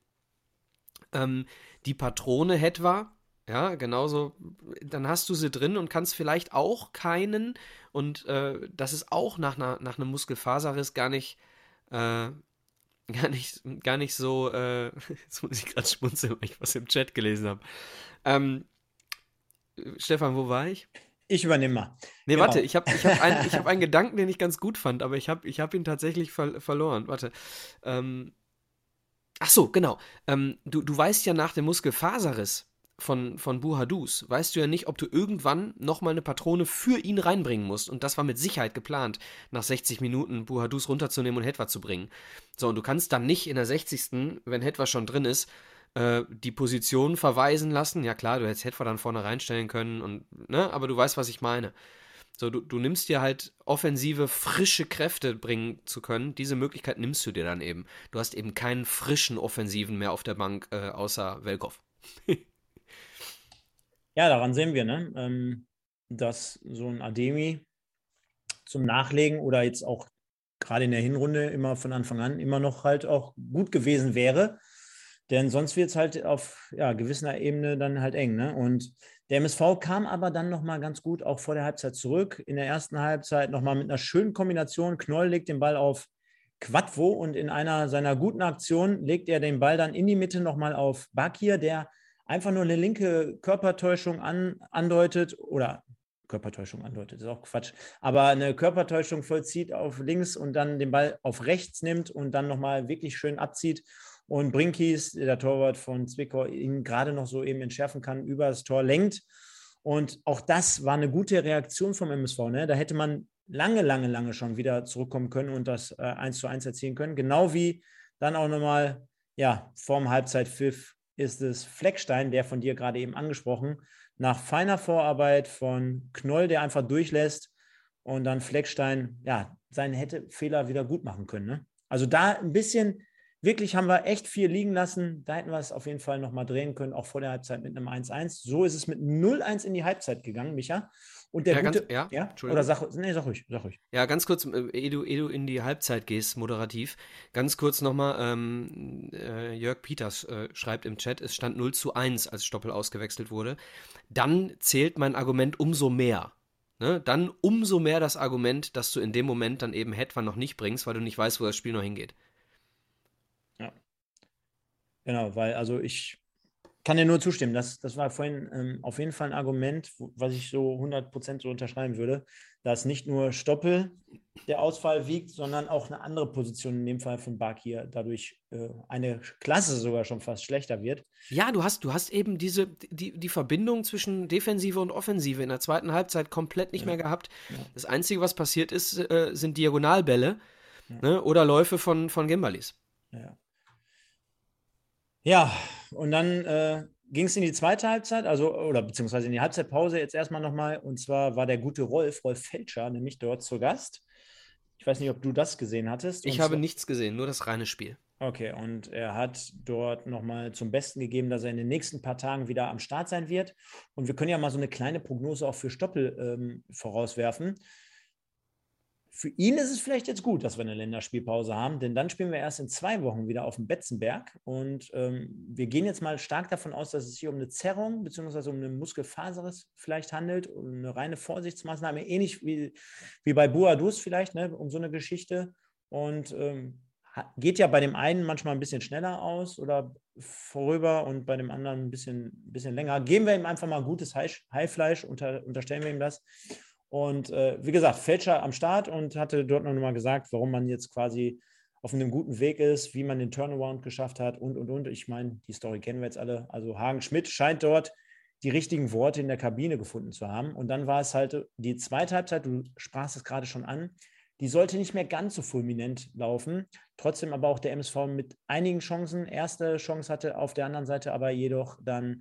Die Patrone Hetwa, ja, genauso, dann hast du sie drin und kannst vielleicht auch keinen, und das ist auch nach einem Muskelfaserriss gar nicht so, jetzt muss ich gerade schmunzeln, weil ich was im Chat gelesen habe. Ähm, Stefan, wo war ich? Ich übernehme mal. Nee, warte, Genau. ich hab einen Gedanken, den ich ganz gut fand, aber ich hab ihn tatsächlich verloren. Warte. Ähm, Ach so, genau. Du weißt ja nach dem Muskelfaserriss von Buhadus, weißt du ja nicht, ob du irgendwann nochmal eine Patrone für ihn reinbringen musst. Und das war mit Sicherheit geplant, nach 60 Minuten Buhadus runterzunehmen und Hetwa zu bringen. So, und du kannst dann nicht in der 60., wenn Hetwa schon drin ist, die Position verweisen lassen. Ja klar, du hättest Hetwa dann vorne reinstellen können und, ne, aber du weißt, was ich meine. So, du nimmst dir halt offensive, frische Kräfte bringen zu können. Diese Möglichkeit nimmst du dir dann eben. Du hast eben keinen frischen Offensiven mehr auf der Bank, außer Welkow. Ja, daran sehen wir, ne? Dass so ein Ademi zum Nachlegen oder jetzt auch gerade in der Hinrunde immer von Anfang an immer noch halt auch gut gewesen wäre. Denn sonst wird es halt auf ja, gewisser Ebene dann halt eng. Ne? Und der MSV kam aber dann nochmal ganz gut auch vor der Halbzeit zurück. In der ersten Halbzeit nochmal mit einer schönen Kombination. Knoll legt den Ball auf Quadvo und in einer seiner guten Aktionen legt er den Ball dann in die Mitte nochmal auf Bakir, der einfach nur eine linke Körpertäuschung andeutet oder Körpertäuschung andeutet, ist auch Quatsch, aber eine Körpertäuschung vollzieht auf links und dann den Ball auf rechts nimmt und dann nochmal wirklich schön abzieht und Brinkies, der Torwart von Zwickau, ihn gerade noch so eben entschärfen kann, über das Tor lenkt. Und auch das war eine gute Reaktion vom MSV. Ne? Da hätte man lange schon wieder zurückkommen können und das 1:1 erzielen können. Genau wie dann auch nochmal, ja, vorm Halbzeitpfiff ist es Fleckstein, der von dir gerade eben angesprochen, nach feiner Vorarbeit von Knoll, der einfach durchlässt und dann Fleckstein, ja, seinen hätte Fehler wieder gut machen können. Ne? Also da ein bisschen wirklich haben wir echt viel liegen lassen. Da hätten wir es auf jeden Fall nochmal drehen können, auch vor der Halbzeit mit einem 1-1. So ist es mit 0-1 in die Halbzeit gegangen, Micha. Und der gute, ja, oder Entschuldigung. sag ruhig, sag ruhig. Ja, ganz kurz, ehe du in die Halbzeit gehst, moderativ, ganz kurz nochmal, Jörg Peters schreibt im Chat, es stand 0-1, als Stoppel ausgewechselt wurde. Dann zählt mein Argument umso mehr. Ne? Dann umso mehr das Argument, dass du in dem Moment dann eben Hetwan noch nicht bringst, weil du nicht weißt, wo das Spiel noch hingeht. Ja, genau, weil also ich kann dir nur zustimmen. Das war vorhin auf jeden Fall ein Argument, was ich so 100% so unterschreiben würde, dass nicht nur Stoppel der Ausfall wiegt, sondern auch eine andere Position, in dem Fall von Bakir, dadurch eine Klasse sogar schon fast schlechter wird. Ja, du hast eben die Verbindung zwischen Defensive und Offensive in der zweiten Halbzeit komplett nicht mehr gehabt. Ja. Das Einzige, was passiert ist, sind Diagonalbälle, Ja. ne, oder Läufe von Gimbalis. Ja, und dann ging es in die zweite Halbzeit, oder beziehungsweise in die Halbzeitpause jetzt erstmal nochmal. Und zwar war der gute Rolf Felscher, nämlich dort zu Gast. Ich weiß nicht, ob du das gesehen hattest. Ich habe nichts gesehen, nur das reine Spiel. Okay, und er hat dort nochmal zum Besten gegeben, dass er in den nächsten paar Tagen wieder am Start sein wird. Und wir können ja mal so eine kleine Prognose auch für Stoppel vorauswerfen. Für ihn ist es vielleicht jetzt gut, dass wir eine Länderspielpause haben, denn dann spielen wir erst in 2 Wochen wieder auf dem Betzenberg. Und wir gehen jetzt mal stark davon aus, dass es sich um eine Zerrung bzw. um eine Muskelfaserriss vielleicht handelt, um eine reine Vorsichtsmaßnahme, ähnlich wie bei Boadus vielleicht, ne, um so eine Geschichte. Und geht ja bei dem einen manchmal ein bisschen schneller aus oder vorüber und bei dem anderen ein bisschen länger. Geben wir ihm einfach mal gutes Haifleisch, unterstellen wir ihm das. Und wie gesagt, Felscher am Start und hatte dort noch mal gesagt, warum man jetzt quasi auf einem guten Weg ist, wie man den Turnaround geschafft hat und. Ich meine, die Story kennen wir jetzt alle. Also Hagen Schmidt scheint dort die richtigen Worte in der Kabine gefunden zu haben. Und dann war es halt die zweite Halbzeit, du sprachst es gerade schon an, die sollte nicht mehr ganz so fulminant laufen. Trotzdem aber auch der MSV mit einigen Chancen. Erste Chance hatte auf der anderen Seite aber jedoch dann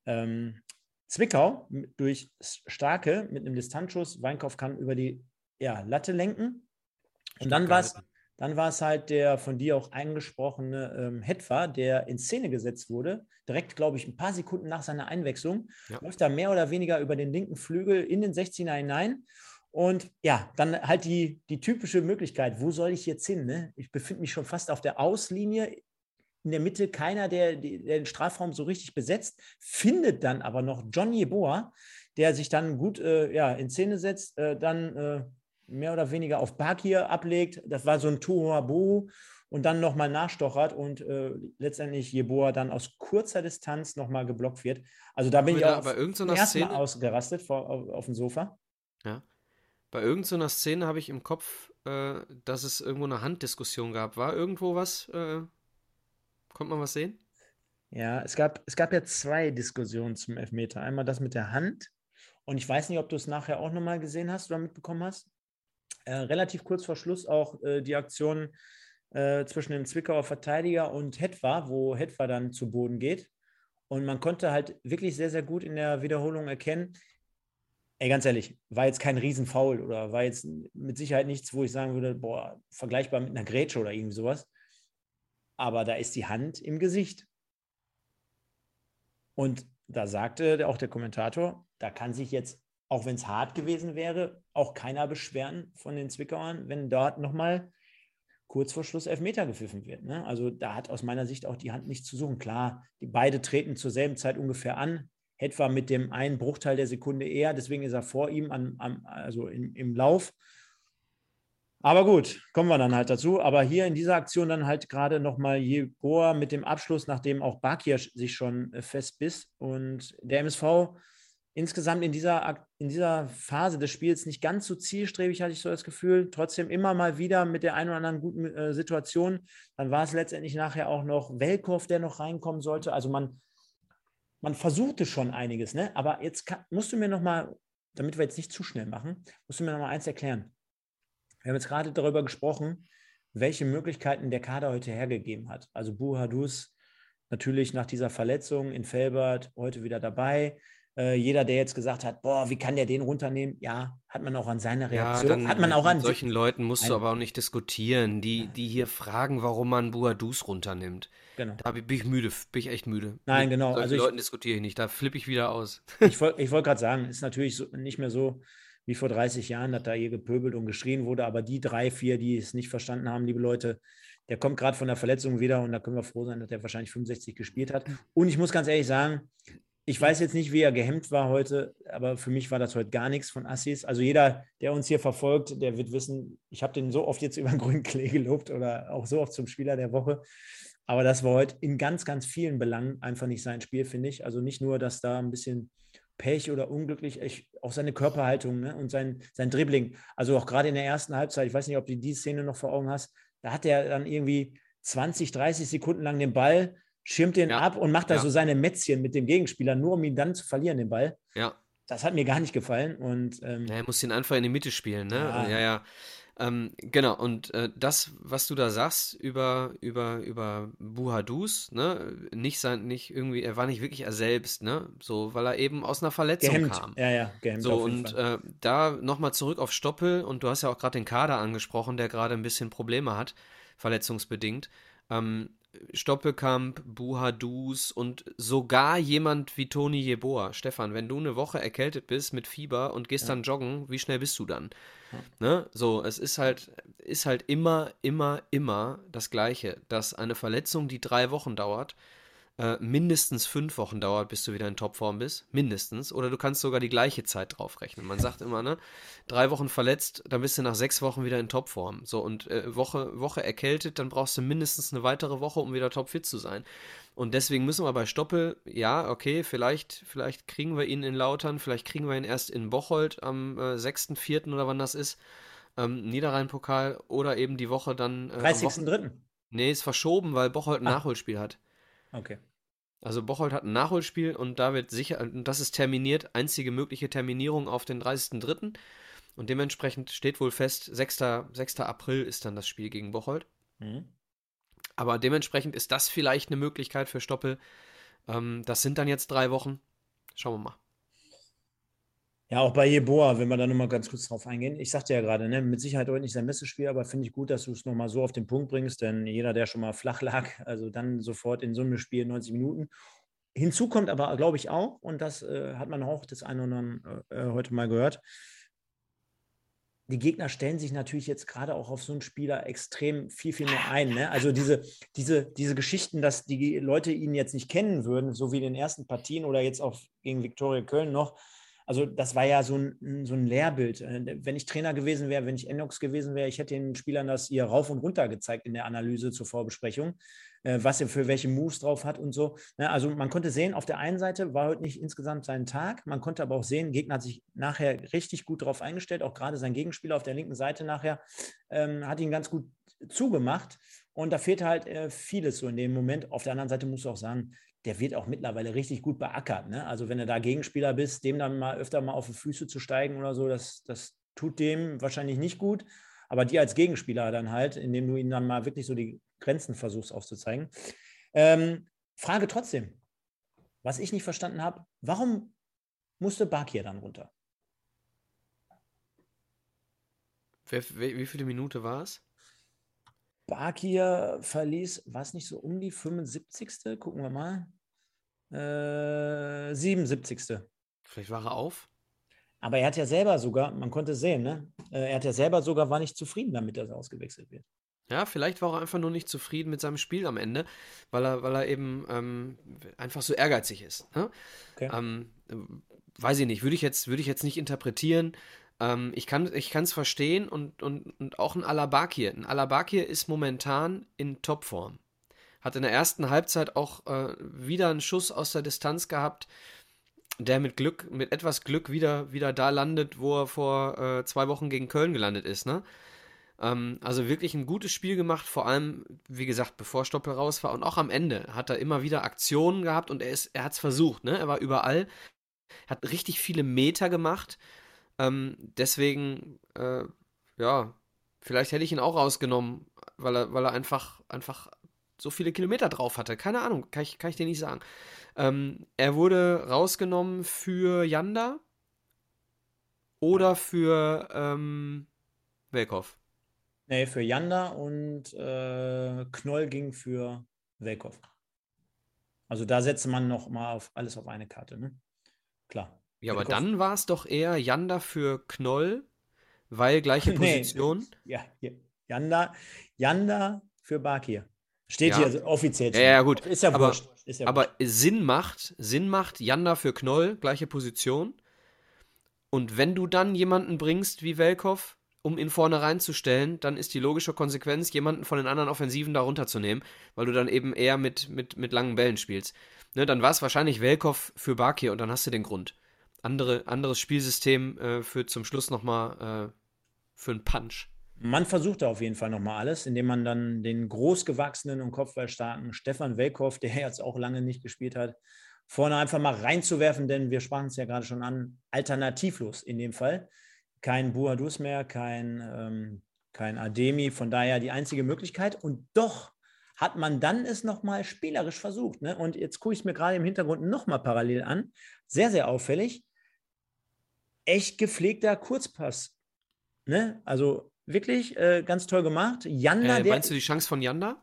Zwickau durch Starke mit einem Distanzschuss. Weinkauf kann über die Latte lenken. Und dann war es halt der von dir auch angesprochene Hetwa, der in Szene gesetzt wurde. Direkt, glaube ich, ein paar Sekunden nach seiner Einwechslung. Ja. Läuft da mehr oder weniger über den linken Flügel in den 16er hinein. Und ja, dann halt die typische Möglichkeit, wo soll ich jetzt hin? Ne? Ich befinde mich schon fast auf der Auslinie. In der Mitte keiner, der den Strafraum so richtig besetzt, findet dann aber noch John Yeboah, der sich dann gut in Szene setzt, dann mehr oder weniger auf Bakir ablegt. Das war so ein Tohuwabohu und dann nochmal nachstochert und letztendlich Yeboah dann aus kurzer Distanz nochmal geblockt wird. Also da bin ich auch zum ersten Mal ausgerastet auf dem Sofa. Ja. Bei irgendeiner Szene habe ich im Kopf, dass es irgendwo eine Handdiskussion gab. War irgendwo was? Konnte man was sehen? Ja, es gab ja 2 Diskussionen zum Elfmeter. Einmal das mit der Hand. Und ich weiß nicht, ob du es nachher auch nochmal gesehen hast oder mitbekommen hast. Relativ kurz vor Schluss auch die Aktion zwischen dem Zwickauer Verteidiger und Hetwa, wo Hetwa dann zu Boden geht. Und man konnte halt wirklich sehr, sehr gut in der Wiederholung erkennen, ganz ehrlich, war jetzt kein Riesenfoul oder war jetzt mit Sicherheit nichts, wo ich sagen würde, boah, vergleichbar mit einer Grätsche oder irgendwie sowas. Aber da ist die Hand im Gesicht. Und da sagte auch der Kommentator, da kann sich jetzt, auch wenn es hart gewesen wäre, auch keiner beschweren von den Zwickauern, wenn dort nochmal kurz vor Schluss Elfmeter gepfiffen wird. Ne? Also da hat aus meiner Sicht auch die Hand nichts zu suchen. Klar, die beide treten zur selben Zeit ungefähr an, etwa mit dem einen Bruchteil der Sekunde eher, deswegen ist er vor ihm also im Lauf. Aber gut, kommen wir dann halt dazu. Aber hier in dieser Aktion dann halt gerade nochmal Yeboah mit dem Abschluss, nachdem auch Bakir sich schon festbiss. Und der MSV insgesamt in dieser Phase des Spiels nicht ganz so zielstrebig, hatte ich so das Gefühl. Trotzdem immer mal wieder mit der einen oder anderen guten Situation. Dann war es letztendlich nachher auch noch Welkow, der noch reinkommen sollte. Also man versuchte schon einiges, ne? Aber jetzt musst du mir nochmal, damit wir jetzt nicht zu schnell machen, musst du mir nochmal eins erklären. Wir haben jetzt gerade darüber gesprochen, welche Möglichkeiten der Kader heute hergegeben hat. Also Boadus natürlich nach dieser Verletzung in Velbert heute wieder dabei. Jeder, der jetzt gesagt hat, boah, wie kann der den runternehmen? Ja, hat man auch an seiner Ja, Reaktion, hat dann man auch mit an solchen Leuten musst du ein, aber auch nicht diskutieren, die hier fragen, warum man Boadus runternimmt. genau. Da bin ich müde, bin ich echt müde. Nein, Mit genau. Also solchen Leuten diskutiere ich nicht, da flippe ich wieder aus. ich wollte gerade sagen, ist natürlich so, nicht mehr so wie vor 30 Jahren, dass da hier gepöbelt und geschrien wurde, aber die 3, 4, die es nicht verstanden haben, liebe Leute, der kommt gerade von der Verletzung wieder und da können wir froh sein, dass er wahrscheinlich 65 gespielt hat. Und ich muss ganz ehrlich sagen, ich weiß jetzt nicht, wie er gehemmt war heute, aber für mich war das heute gar nichts von Assis. Also jeder, der uns hier verfolgt, der wird wissen, ich habe den so oft jetzt über den grünen Klee gelobt oder auch so oft zum Spieler der Woche. Aber das war heute in ganz, ganz vielen Belangen einfach nicht sein Spiel, finde ich. Also nicht nur, dass da ein bisschen Pech oder unglücklich, auch seine Körperhaltung, ne, und sein Dribbling. Also auch gerade in der ersten Halbzeit, ich weiß nicht, ob du die Szene noch vor Augen hast, da hat er dann irgendwie 20, 30 Sekunden lang den Ball, schirmt den Ja, ab und macht da so ja, seine Mätzchen mit dem Gegenspieler, nur um ihn dann zu verlieren, den Ball. ja. Das hat mir gar nicht gefallen. Und Ja, er muss ihn einfach in die Mitte spielen, ne? Ja, ja, ja. Genau, und das, was du da sagst über Buhadus, ne, nicht irgendwie, er war nicht wirklich er selbst, ne? So, weil er eben aus einer Verletzung gehemmt. kam. Ja, ja, gehemmt So, auf jeden und Fall. da nochmal zurück auf Stoppel, und du hast ja auch gerade den Kader angesprochen, der gerade ein bisschen Probleme hat, verletzungsbedingt. Ähm, Stoppelkamp, Buhadus und sogar jemand wie Toni Jeboa. Stefan, wenn du eine Woche erkältet bist mit Fieber und gehst Ja, dann joggen, wie schnell bist du dann? ja. Ne? So, es ist halt immer das Gleiche, dass eine Verletzung, die 3 Wochen dauert, mindestens 5 Wochen dauert, bis du wieder in Topform bist. Mindestens. Oder du kannst sogar die gleiche Zeit draufrechnen. Man sagt immer, ne? 3 Wochen verletzt, dann bist du nach 6 Wochen wieder in Topform. So, und Woche erkältet, dann brauchst du mindestens eine weitere Woche, um wieder topfit zu sein. Und deswegen müssen wir bei Stoppel, ja, okay, vielleicht kriegen wir ihn in Lautern, vielleicht kriegen wir ihn erst in Bocholt am 6.4. oder wann das ist. Niederrhein-Pokal oder eben die Woche dann am Wochenende. 30.03. Nee, ist verschoben, weil Bocholt ein Ah, Nachholspiel hat. okay. Also Bocholt hat ein Nachholspiel und da wird sicher, und das ist terminiert, einzige mögliche Terminierung auf den 30.03. Und dementsprechend steht wohl fest, 6. April ist dann das Spiel gegen Bocholt. Mhm. Aber dementsprechend ist das vielleicht eine Möglichkeit für Stoppel. Das sind dann jetzt 3 Wochen. Schauen wir mal. Ja, auch bei Jeboa, wenn wir da nochmal ganz kurz drauf eingehen. Ich sagte ja gerade, ne, mit Sicherheit heute nicht sein bestes Spiel, aber finde ich gut, dass du es nochmal so auf den Punkt bringst, denn jeder, der schon mal flach lag, also dann sofort in so einem Spiel 90 Minuten. Hinzu kommt aber, glaube ich, auch, und das hat man auch das eine oder andere heute mal gehört, die Gegner stellen sich natürlich jetzt gerade auch auf so einen Spieler extrem viel, viel mehr ein. Ne? Also diese Geschichten, dass die Leute ihn jetzt nicht kennen würden, so wie in den ersten Partien oder jetzt auch gegen Viktoria Köln noch. Also das war ja so ein Lehrbild. Wenn ich Trainer gewesen wäre, wenn ich Enox gewesen wäre, ich hätte den Spielern das hier rauf und runter gezeigt in der Analyse zur Vorbesprechung, was er für welche Moves drauf hat und so. Ne? Also man konnte sehen, auf der einen Seite war heute nicht insgesamt sein Tag, man konnte aber auch sehen, Gegner hat sich nachher richtig gut darauf eingestellt, auch gerade sein Gegenspieler auf der linken Seite nachher hat ihn ganz gut zugemacht und da fehlt halt vieles so in dem Moment. Auf der anderen Seite musst du auch sagen, der wird auch mittlerweile richtig gut beackert. Ne? Also wenn du da Gegenspieler bist, dem dann mal öfter mal auf die Füße zu steigen oder so, das tut dem wahrscheinlich nicht gut. Aber die als Gegenspieler dann halt, indem du ihnen dann mal wirklich so die Grenzen versuchst aufzuzeigen. Frage trotzdem, was ich nicht verstanden habe, warum musste Bakir dann runter? Wie viele Minute war es? Bakir verließ, war es nicht so um die 75. Gucken wir mal. 77. Vielleicht war er auf? Aber er hat ja selber sogar, man konnte sehen, ne? Er hat ja selber sogar, war nicht zufrieden damit, dass er ausgewechselt wird. Ja, vielleicht war er einfach nur nicht zufrieden mit seinem Spiel am Ende, weil er eben einfach so ehrgeizig ist. Ne? Okay. Weiß ich nicht, würde ich jetzt nicht interpretieren. Ich kann es verstehen und auch ein Alabakir. Ein Alabakir ist momentan in Topform. Hat in der ersten Halbzeit auch wieder einen Schuss aus der Distanz gehabt, der mit etwas Glück wieder da landet, wo er vor 2 Wochen gegen Köln gelandet ist, ne? Also wirklich ein gutes Spiel gemacht, vor allem, wie gesagt, bevor Stoppel raus war und auch am Ende hat er immer wieder Aktionen gehabt und er hat es versucht, ne? Er war überall, hat richtig viele Meter gemacht. Deswegen, ja, vielleicht hätte ich ihn auch rausgenommen, weil er einfach so viele Kilometer drauf hatte. Keine Ahnung, kann ich dir nicht sagen. Er wurde rausgenommen für Janda oder für Welkow. Nee, für Janda und Knoll ging für Welkow. Also da setzte man noch mal auf alles auf eine Karte, ne? Klar. Ja, aber Welkow. dann war es doch eher Janda für Knoll, weil gleiche Nee, Position. ja, hier. Janda für Bakir. Steht hier Ja. also offiziell Ja, ja, zumindest. gut. Ist ja Aber, wurscht. Ist ja wurscht. aber Sinn macht Janda für Knoll, gleiche Position. Und wenn du dann jemanden bringst wie Welkow, um ihn vorne reinzustellen, dann ist die logische Konsequenz, jemanden von den anderen Offensiven da runterzunehmen, weil du dann eben eher mit langen Bällen spielst. Ne, dann war es wahrscheinlich Welkow für Bakir und dann hast du den Grund. Anderes Spielsystem führt zum Schluss nochmal für einen Punch. Man versuchte auf jeden Fall nochmal alles, indem man dann den großgewachsenen und kopfballstarken Stefan Welkow, der jetzt auch lange nicht gespielt hat, vorne einfach mal reinzuwerfen, denn wir sprachen es ja gerade schon an, alternativlos in dem Fall. Kein Buadus mehr, kein Ademi, von daher die einzige Möglichkeit. Und doch hat man dann es nochmal spielerisch versucht. Ne? Und jetzt gucke ich es mir gerade im Hintergrund nochmal parallel an. Sehr, sehr auffällig. Echt gepflegter Kurzpass. Ne? Also wirklich ganz toll gemacht. Meinst du die Chance von Janda?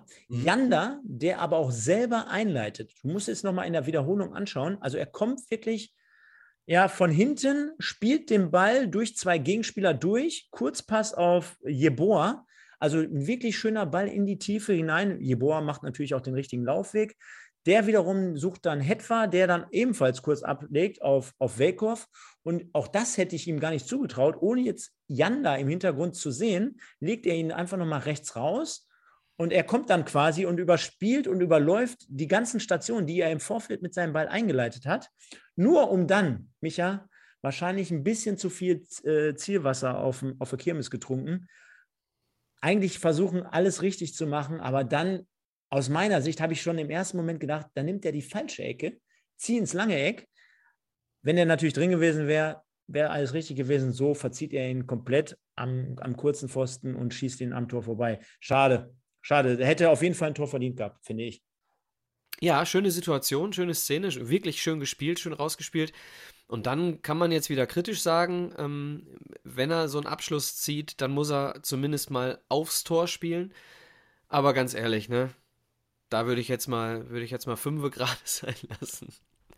Janda, der aber auch selber einleitet. Du musst es nochmal in der Wiederholung anschauen. Also er kommt wirklich von hinten, spielt den Ball durch zwei Gegenspieler durch, Kurzpass auf Jeboa. Also ein wirklich schöner Ball in die Tiefe hinein. Jeboa macht natürlich auch den richtigen Laufweg. Der wiederum sucht dann Hetwa, der dann ebenfalls kurz ablegt auf Welkow. Und auch das hätte ich ihm gar nicht zugetraut. Ohne jetzt Janda im Hintergrund zu sehen, legt er ihn einfach nochmal rechts raus. Und er kommt dann quasi und überspielt und überläuft die ganzen Stationen, die er im Vorfeld mit seinem Ball eingeleitet hat. Nur um dann, Micha, wahrscheinlich ein bisschen zu viel Zielwasser auf der Kirmes getrunken. Eigentlich versuchen, alles richtig zu machen, aber dann aus meiner Sicht habe ich schon im ersten Moment gedacht, dann nimmt er die falsche Ecke, zieht ins lange Eck. Wenn er natürlich drin gewesen wäre, wäre alles richtig gewesen. So verzieht er ihn komplett am kurzen Pfosten und schießt ihn am Tor vorbei. Schade. Er hätte auf jeden Fall ein Tor verdient gehabt, finde ich. Ja, schöne Situation, schöne Szene, wirklich schön gespielt, schön rausgespielt. Und dann kann man jetzt wieder kritisch sagen, wenn er so einen Abschluss zieht, dann muss er zumindest mal aufs Tor spielen. Aber ganz ehrlich, ne? Da würde ich jetzt mal 5 gerade sein lassen.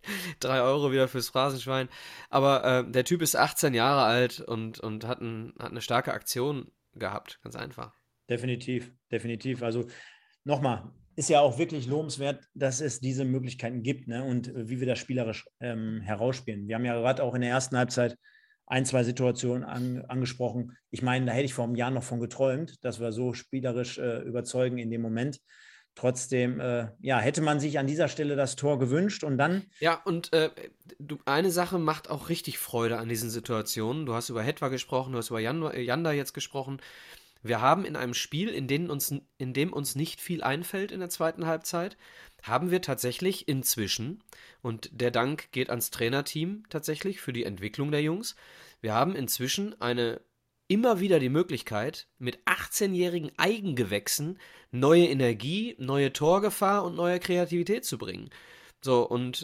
3 Euro wieder fürs Phrasenschwein. Aber der Typ ist 18 Jahre alt und hat eine starke Aktion gehabt, ganz einfach. Definitiv. Also nochmal, ist ja auch wirklich lobenswert, dass es diese Möglichkeiten gibt, ne? Und wie wir das spielerisch herausspielen. Wir haben ja gerade auch in der ersten Halbzeit 2 Situationen angesprochen. Ich meine, da hätte ich vor einem Jahr noch von geträumt, dass wir so spielerisch überzeugen in dem Moment. Trotzdem, hätte man sich an dieser Stelle das Tor gewünscht und dann. Ja, und eine Sache macht auch richtig Freude an diesen Situationen. Du hast über Hetwa gesprochen, du hast über Janda jetzt gesprochen. Wir haben in einem Spiel, in dem uns nicht viel einfällt in der zweiten Halbzeit, haben wir tatsächlich inzwischen, und der Dank geht ans Trainerteam tatsächlich für die Entwicklung der Jungs, wir haben inzwischen immer wieder die Möglichkeit, mit 18-jährigen Eigengewächsen neue Energie, neue Torgefahr und neue Kreativität zu bringen. So, und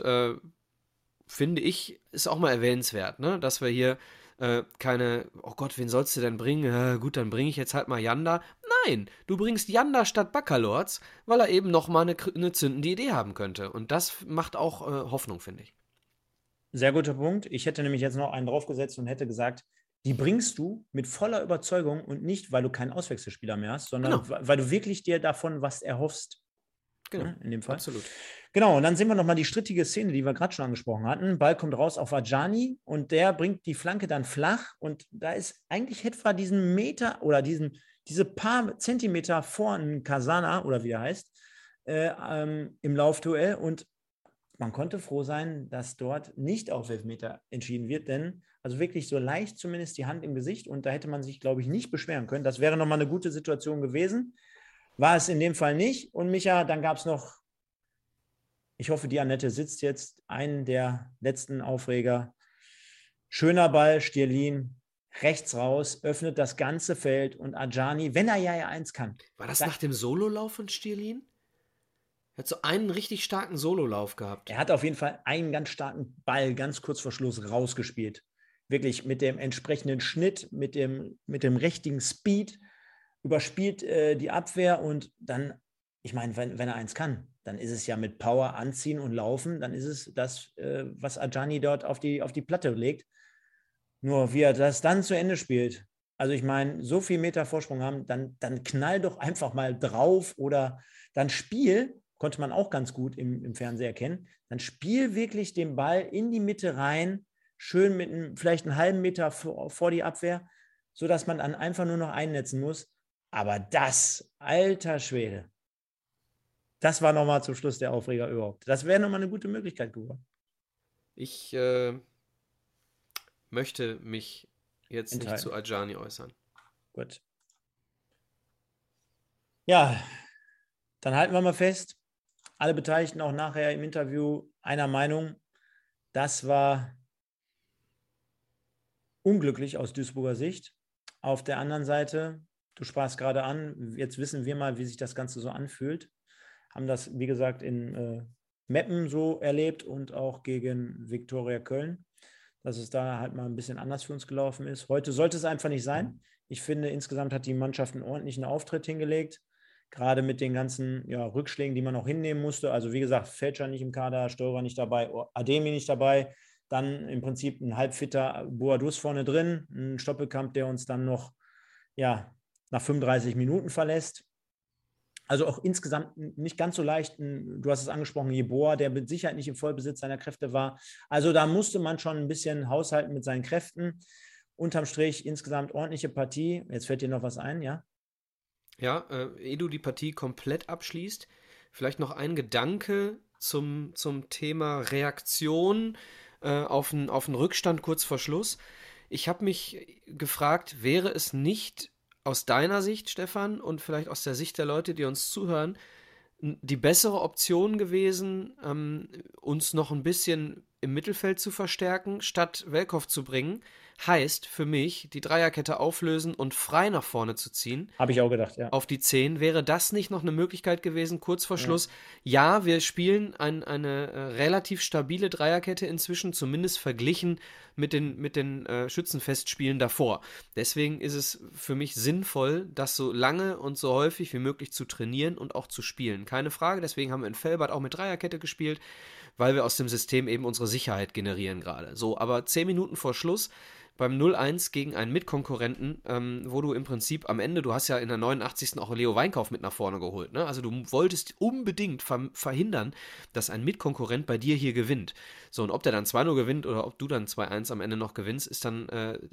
finde ich, ist auch mal erwähnenswert, ne? Dass wir hier keine, oh Gott, wen sollst du denn bringen? Gut, dann bringe ich jetzt halt mal Janda. Nein, du bringst Janda statt Baccalords, weil er eben nochmal eine zündende Idee haben könnte. Und das macht auch Hoffnung, finde ich. Sehr guter Punkt. Ich hätte nämlich jetzt noch einen draufgesetzt und hätte gesagt, die bringst du mit voller Überzeugung und nicht, weil du keinen Auswechselspieler mehr hast, sondern weil du wirklich dir davon was erhoffst. Genau, ne, in dem Fall. Absolut. Genau, und dann sehen wir nochmal die strittige Szene, die wir gerade schon angesprochen hatten. Ball kommt raus auf Ajani und der bringt die Flanke dann flach und da ist eigentlich etwa diesen Meter oder diese paar Zentimeter vor einem Kasana oder wie er heißt, im Laufduell und man konnte froh sein, dass dort nicht auf Elfmeter entschieden wird, denn also wirklich so leicht zumindest die Hand im Gesicht und da hätte man sich, glaube ich, nicht beschweren können. Das wäre nochmal eine gute Situation gewesen. War es in dem Fall nicht. Und Micha, dann gab es noch, ich hoffe, die Annette sitzt jetzt, einen der letzten Aufreger. Schöner Ball, Stierlin, rechts raus, öffnet das ganze Feld und Ajani, wenn er ja eins kann. War das nach dem Sololauf von Stierlin? Er hat so einen richtig starken Sololauf gehabt. Er hat auf jeden Fall einen ganz starken Ball ganz kurz vor Schluss rausgespielt. Wirklich mit dem entsprechenden Schnitt, mit dem richtigen Speed, überspielt die Abwehr und dann, ich meine, wenn er eins kann, dann ist es ja mit Power anziehen und laufen, dann ist es das, was Adjani dort auf die Platte legt. Nur wie er das dann zu Ende spielt, also ich meine, so viel Meter Vorsprung haben, dann knall doch einfach mal drauf oder dann Spiel, konnte man auch ganz gut im Fernseher erkennen, dann spiel wirklich den Ball in die Mitte rein, schön mit vielleicht einen halben Meter vor die Abwehr, sodass man dann einfach nur noch einnetzen muss. Aber das, alter Schwede, das war nochmal zum Schluss der Aufreger überhaupt. Das wäre nochmal eine gute Möglichkeit geworden. Ich möchte mich jetzt nicht zu Adjani äußern. Gut. Ja, dann halten wir mal fest, alle Beteiligten auch nachher im Interview einer Meinung, das war unglücklich aus Duisburger Sicht. Auf der anderen Seite, du sprachst gerade an, jetzt wissen wir mal, wie sich das Ganze so anfühlt. Haben das, wie gesagt, in Meppen so erlebt und auch gegen Viktoria Köln, dass es da halt mal ein bisschen anders für uns gelaufen ist. Heute sollte es einfach nicht sein. Ich finde, insgesamt hat die Mannschaft einen ordentlichen Auftritt hingelegt, gerade mit den ganzen Rückschlägen, die man noch hinnehmen musste. Also wie gesagt, Fälscher nicht im Kader, Steurer nicht dabei, Ademi nicht dabei, dann im Prinzip ein halbfitter Boadus vorne drin, ein Stoppelkamp, der uns dann noch nach 35 Minuten verlässt. Also auch insgesamt nicht ganz so leicht, du hast es angesprochen, Jeboa, der mit Sicherheit nicht im Vollbesitz seiner Kräfte war. Also da musste man schon ein bisschen haushalten mit seinen Kräften. Unterm Strich insgesamt ordentliche Partie. Jetzt fällt dir noch was ein, ja? Ja, ehe du die Partie komplett abschließt, vielleicht noch ein Gedanke zum Thema Reaktion auf einen Rückstand kurz vor Schluss. Ich habe mich gefragt, wäre es nicht aus deiner Sicht, Stefan, und vielleicht aus der Sicht der Leute, die uns zuhören, die bessere Option gewesen, uns noch ein bisschen im Mittelfeld zu verstärken, statt Welkow zu bringen? Heißt für mich, die Dreierkette auflösen und frei nach vorne zu ziehen. Habe ich auch gedacht, ja. Auf die 10. Wäre das nicht noch eine Möglichkeit gewesen, kurz vor Schluss? Ja, wir spielen eine relativ stabile Dreierkette inzwischen, zumindest verglichen mit den Schützenfestspielen davor. Deswegen ist es für mich sinnvoll, das so lange und so häufig wie möglich zu trainieren und auch zu spielen. Keine Frage, deswegen haben wir in Velbert auch mit Dreierkette gespielt, weil wir aus dem System eben unsere Sicherheit generieren gerade. So, aber 10 Minuten vor Schluss beim 0-1 gegen einen Mitkonkurrenten, wo du im Prinzip am Ende, du hast ja in der 89. auch Leo Weinkauf mit nach vorne geholt, ne? Also du wolltest unbedingt verhindern, dass ein Mitkonkurrent bei dir hier gewinnt. So, und ob der dann 2-0 gewinnt oder ob du dann 2-1 am Ende noch gewinnst, ist dann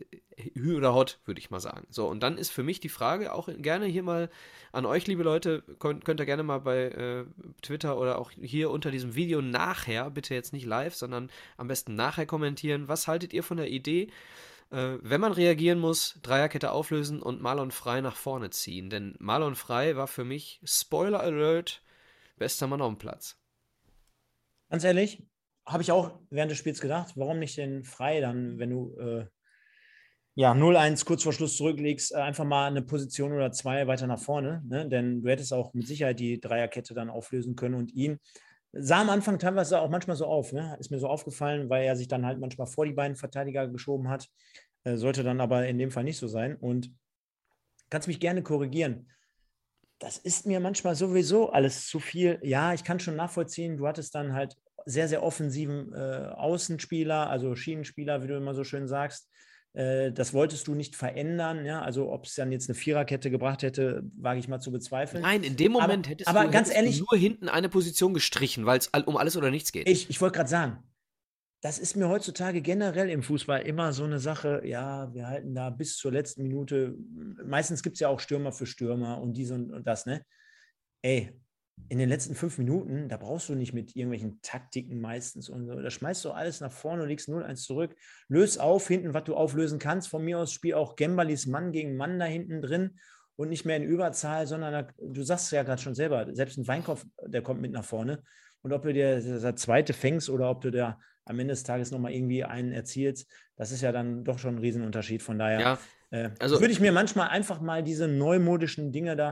Hü oder Hot, würde ich mal sagen. So, und dann ist für mich die Frage auch gerne hier mal an euch, liebe Leute, könnt ihr gerne mal bei Twitter oder auch hier unter diesem Video nachher, bitte jetzt nicht live, sondern am besten nachher kommentieren. Was haltet ihr von der Idee, wenn man reagieren muss, Dreierkette auflösen und Marlon Frey nach vorne ziehen? Denn Marlon Frey war für mich, Spoiler Alert, bester Mann auf dem Platz. Ganz ehrlich, habe ich auch während des Spiels gedacht, warum nicht den Frey dann, wenn du 0-1 kurz vor Schluss zurücklegst, einfach mal eine Position oder 2 weiter nach vorne, ne? Denn du hättest auch mit Sicherheit die Dreierkette dann auflösen können und ihn sah am Anfang teilweise auch manchmal so auf, ne? Ist mir so aufgefallen, weil er sich dann halt manchmal vor die beiden Verteidiger geschoben hat. Sollte dann aber in dem Fall nicht so sein. Und kannst mich gerne korrigieren. Das ist mir manchmal sowieso alles zu viel. Ja, ich kann schon nachvollziehen, du hattest dann halt sehr, sehr offensiven Außenspieler, also Schienenspieler, wie du immer so schön sagst. Das wolltest du nicht verändern, ja, also ob es dann jetzt eine Viererkette gebracht hätte, wage ich mal zu bezweifeln. Nein, in dem Moment hättest du nur hinten eine Position gestrichen, weil es um alles oder nichts geht. Ich wollte gerade sagen, das ist mir heutzutage generell im Fußball immer so eine Sache, ja, wir halten da bis zur letzten Minute, meistens gibt es ja auch Stürmer für Stürmer und dies und das, ne? Ey, in den letzten 5 Minuten, da brauchst du nicht mit irgendwelchen Taktiken meistens und so. Da schmeißt du alles nach vorne und legst 0-1 zurück. Löst auf hinten, was du auflösen kannst. Von mir aus spiel auch Gembalis Mann gegen Mann da hinten drin und nicht mehr in Überzahl, sondern du sagst ja gerade schon selber, selbst ein Weinkauf, der kommt mit nach vorne. Und ob du dir der zweite fängst oder ob du da am Ende des Tages nochmal irgendwie einen erzielst, das ist ja dann doch schon ein Riesenunterschied. Von daher also würde ich mir manchmal einfach mal diese neumodischen Dinge da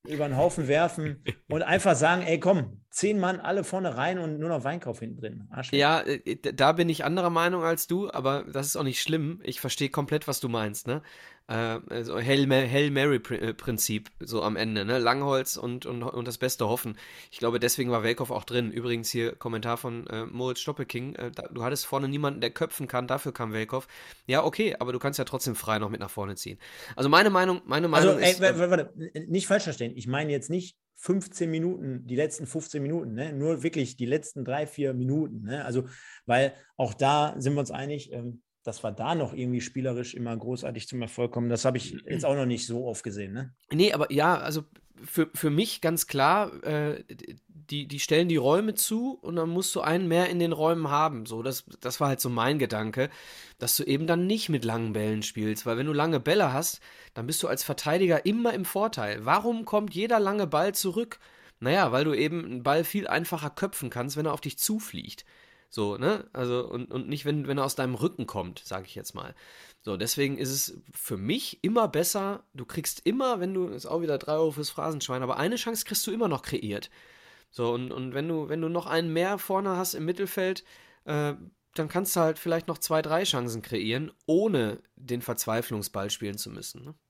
über den Haufen werfen und einfach sagen, ey komm, 10 Mann alle vorne rein und nur noch Weinkauf hinten drin. Arschleck. Ja, da bin ich anderer Meinung als du, aber das ist auch nicht schlimm. Ich verstehe komplett, was du meinst, ne? Also Hail Mary-Prinzip, so am Ende, ne? Langholz und das Beste hoffen. Ich glaube, deswegen war Welkow auch drin. Übrigens hier Kommentar von Moritz Stoppeking. Du hattest vorne niemanden, der köpfen kann, dafür kam Welkow. Ja, okay, aber du kannst ja trotzdem frei noch mit nach vorne ziehen. Also meine Meinung Also, ist. warte, nicht falsch verstehen. Ich meine jetzt nicht 15 Minuten, die letzten 15 Minuten, ne? Nur wirklich die letzten 3, 4 Minuten. Ne? Also, weil auch da sind wir uns einig, dass wir da noch irgendwie spielerisch immer großartig zum Erfolg kommen. Das habe ich jetzt auch noch nicht so oft gesehen. Ne? Nee, aber ja, also für mich ganz klar, die stellen die Räume zu und dann musst du einen mehr in den Räumen haben. So, das war halt so mein Gedanke, dass du eben dann nicht mit langen Bällen spielst, weil wenn du lange Bälle hast, dann bist du als Verteidiger immer im Vorteil. Warum kommt jeder lange Ball zurück? Naja, weil du eben einen Ball viel einfacher köpfen kannst, wenn er auf dich zufliegt. So, ne? Also, und nicht, wenn er aus deinem Rücken kommt, sage ich jetzt mal. So, deswegen ist es für mich immer besser, du kriegst immer, wenn du, ist auch wieder 3 € fürs Phrasenschwein, aber eine Chance kriegst du immer noch kreiert. So, und wenn du noch einen mehr vorne hast im Mittelfeld, dann kannst du halt vielleicht noch 2, 3 Chancen kreieren, ohne den Verzweiflungsball spielen zu müssen. Ne?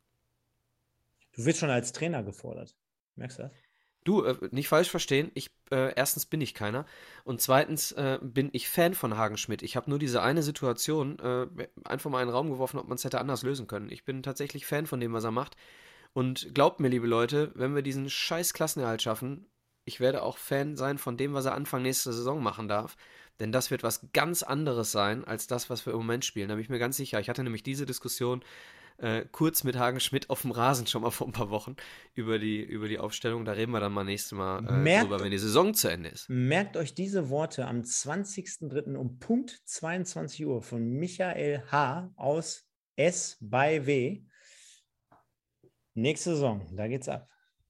Du wirst schon als Trainer gefordert. Merkst du das? Du, nicht falsch verstehen, erstens bin ich keiner und zweitens bin ich Fan von Hagen Schmidt. Ich habe nur diese eine Situation einfach mal in den Raum geworfen, ob man es hätte anders lösen können. Ich bin tatsächlich Fan von dem, was er macht und glaubt mir, liebe Leute, wenn wir diesen scheiß Klassenerhalt schaffen, ich werde auch Fan sein von dem, was er Anfang nächster Saison machen darf, denn das wird was ganz anderes sein, als das, was wir im Moment spielen. Da bin ich mir ganz sicher. Ich hatte nämlich diese Diskussion kurz mit Hagen Schmidt auf dem Rasen schon mal vor ein paar Wochen über die Aufstellung. Da reden wir dann mal nächstes Mal drüber, wenn die Saison zu Ende ist. Merkt euch diese Worte am 20.03. um Punkt 22 Uhr von Michael H. aus S bei W. Nächste Saison, da geht's ab.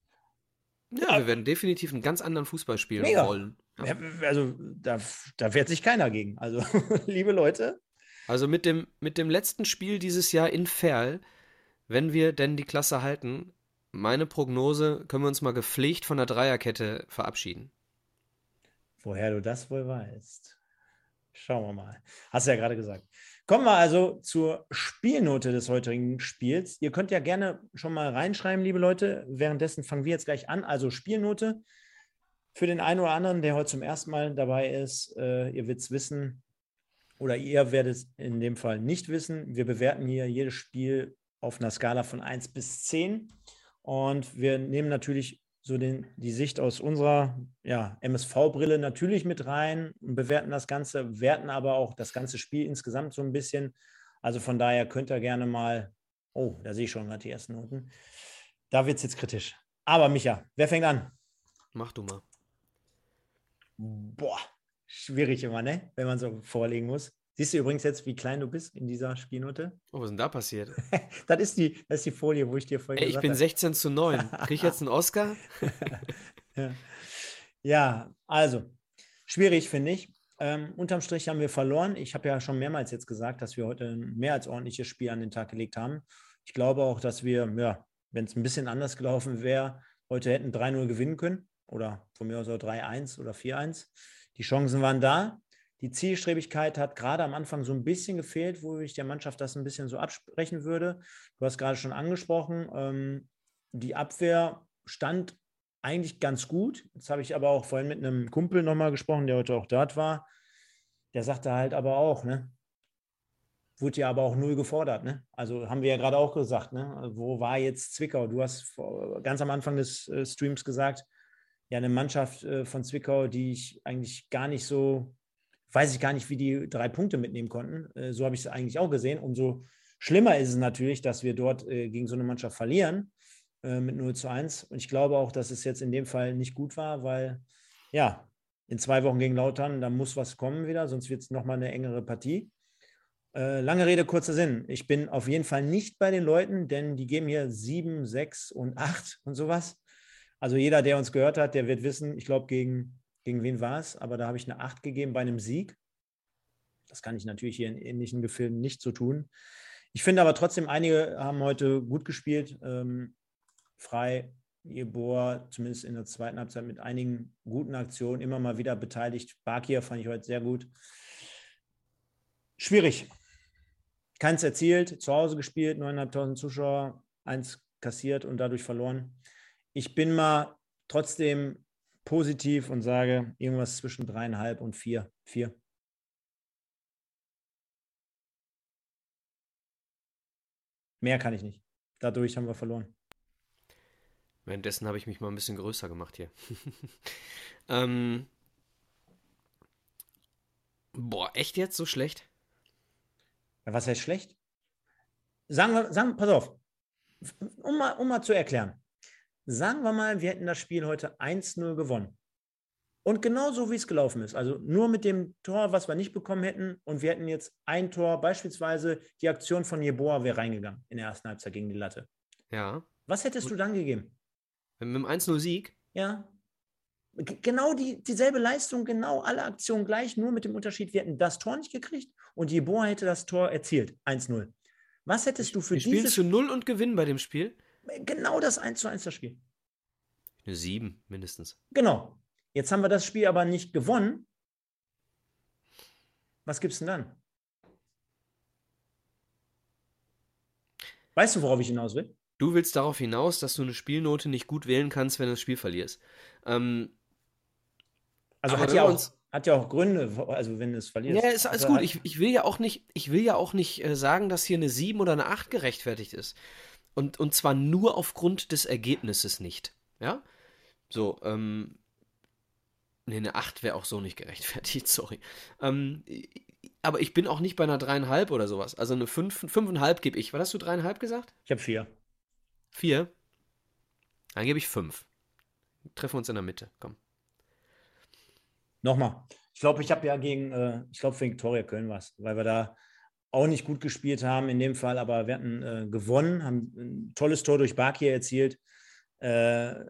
Ja, wir werden definitiv einen ganz anderen Fußball spielen Mega. wollen. Ja. Also da wehrt sich keiner gegen. Also, liebe Leute. Also mit dem letzten Spiel dieses Jahr in Verl, wenn wir denn die Klasse halten, meine Prognose, können wir uns mal gepflegt von der Dreierkette verabschieden. Woher du das wohl weißt. Schauen wir mal. Hast du ja gerade gesagt. Kommen wir also zur Spielnote des heutigen Spiels. Ihr könnt ja gerne schon mal reinschreiben, liebe Leute. Währenddessen fangen wir jetzt gleich an. Also Spielnote für den einen oder anderen, der heute zum ersten Mal dabei ist. Ihr werdet es wissen oder ihr werdet es in dem Fall nicht wissen. Wir bewerten hier jedes Spiel auf einer Skala von 1 bis 10. Und wir nehmen natürlich so die Sicht aus unserer MSV-Brille natürlich mit rein und bewerten das Ganze, werten aber auch das ganze Spiel insgesamt so ein bisschen. Also von daher könnt ihr gerne mal, oh, da sehe ich schon gerade die ersten Noten. Da wird es jetzt kritisch. Aber Micha, wer fängt an? Mach du mal. Boah, schwierig immer, ne? Wenn man so vorlegen muss. Siehst du übrigens jetzt, wie klein du bist in dieser Spielnote? Oh, was ist denn da passiert? Das ist die Folie, wo ich dir vorhin Ey, ich gesagt bin habe. 16:9. Krieg ich jetzt einen Oscar? Ja, also, schwierig finde ich. Unterm Strich haben wir verloren. Ich habe ja schon mehrmals jetzt gesagt, dass wir heute ein mehr als ordentliches Spiel an den Tag gelegt haben. Ich glaube auch, dass wir, ja, wenn es ein bisschen anders gelaufen wäre, heute hätten 3-0 gewinnen können oder von mir aus auch 3-1 oder 4-1. Die Chancen waren da. Die Zielstrebigkeit hat gerade am Anfang so ein bisschen gefehlt, wo ich der Mannschaft das ein bisschen so absprechen würde. Du hast gerade schon angesprochen, die Abwehr stand eigentlich ganz gut. Jetzt habe ich aber auch vorhin mit einem Kumpel nochmal gesprochen, der heute auch dort war. Der sagte halt aber auch, ne? Wurde ja aber auch null gefordert, ne? Also haben wir ja gerade auch gesagt, ne? Wo war jetzt Zwickau? Du hast ganz am Anfang des Streams gesagt, ja, eine Mannschaft von Zwickau, die ich eigentlich gar nicht so, weiß ich gar nicht, wie die 3 Punkte mitnehmen konnten. So habe ich es eigentlich auch gesehen. Umso schlimmer ist es natürlich, dass wir dort gegen so eine Mannschaft verlieren mit 0-1. Und ich glaube auch, dass es jetzt in dem Fall nicht gut war, weil ja, in 2 Wochen gegen Lautern, da muss was kommen wieder, sonst wird es nochmal eine engere Partie. Lange Rede, kurzer Sinn. Ich bin auf jeden Fall nicht bei den Leuten, denn die geben hier 7, 6 und 8 und sowas. Also jeder, der uns gehört hat, der wird wissen, ich glaube, gegen wen war es, aber da habe ich eine 8 gegeben bei einem Sieg. Das kann ich natürlich hier in ähnlichen Gefilden nicht so tun. Ich finde aber trotzdem, einige haben heute gut gespielt. Frei, Jeboa zumindest in der zweiten Halbzeit mit einigen guten Aktionen immer mal wieder beteiligt. Bakir fand ich heute sehr gut. Schwierig. Keins erzielt, zu Hause gespielt, 9.500 Zuschauer, 1 kassiert und dadurch verloren. Ich bin mal trotzdem positiv und sage irgendwas zwischen 3,5 und 4. 4. Mehr kann ich nicht. Dadurch haben wir verloren. Währenddessen habe ich mich mal ein bisschen größer gemacht hier. ähm, boah, echt jetzt so schlecht? Ja, was heißt schlecht? Pass auf, um mal zu erklären. Sagen wir mal, wir hätten das Spiel heute 1-0 gewonnen. Und genau so, wie es gelaufen ist. Also nur mit dem Tor, was wir nicht bekommen hätten. Und wir hätten jetzt ein Tor, beispielsweise die Aktion von Jeboa wäre reingegangen in der ersten Halbzeit gegen die Latte. Ja. Was hättest du dann gegeben? Mit dem 1-0-Sieg? Ja. Genau dieselbe Leistung, genau alle Aktionen gleich, nur mit dem Unterschied, wir hätten das Tor nicht gekriegt und Jeboa hätte das Tor erzielt. 1-0. Was hättest du für Wir spielen dieses zu 0 und gewinnen bei dem Spiel? genau das 1:1 das Spiel? Eine 7 mindestens. Genau. Jetzt haben wir das Spiel aber nicht gewonnen. Was gibt's denn dann? Weißt du, worauf ich hinaus will? Du willst darauf hinaus, dass du eine Spielnote nicht gut wählen kannst, wenn du das Spiel verlierst. Also Aber hat wenn ja wir auch, uns. hat ja auch Gründe, also wenn du es Ja, verlierst. ist alles Also gut. Ich will ja auch nicht sagen, dass hier eine 7 oder eine 8 gerechtfertigt ist. Und zwar nur aufgrund des Ergebnisses nicht. Ja? So, nee, eine 8 wäre auch so nicht gerechtfertigt, sorry. Aber ich bin auch nicht bei einer 3,5 oder sowas. Also eine 5, 5,5 gebe ich. Was hast du 3,5 gesagt? ich habe 4. 4? Dann gebe ich 5. Treffen wir uns in der Mitte. Komm. Nochmal. Ich glaube, ich habe ja ich glaube, für Viktoria Köln was, weil wir da auch nicht gut gespielt haben in dem Fall, aber wir hatten gewonnen, haben ein tolles Tor durch Bakir erzielt. Äh,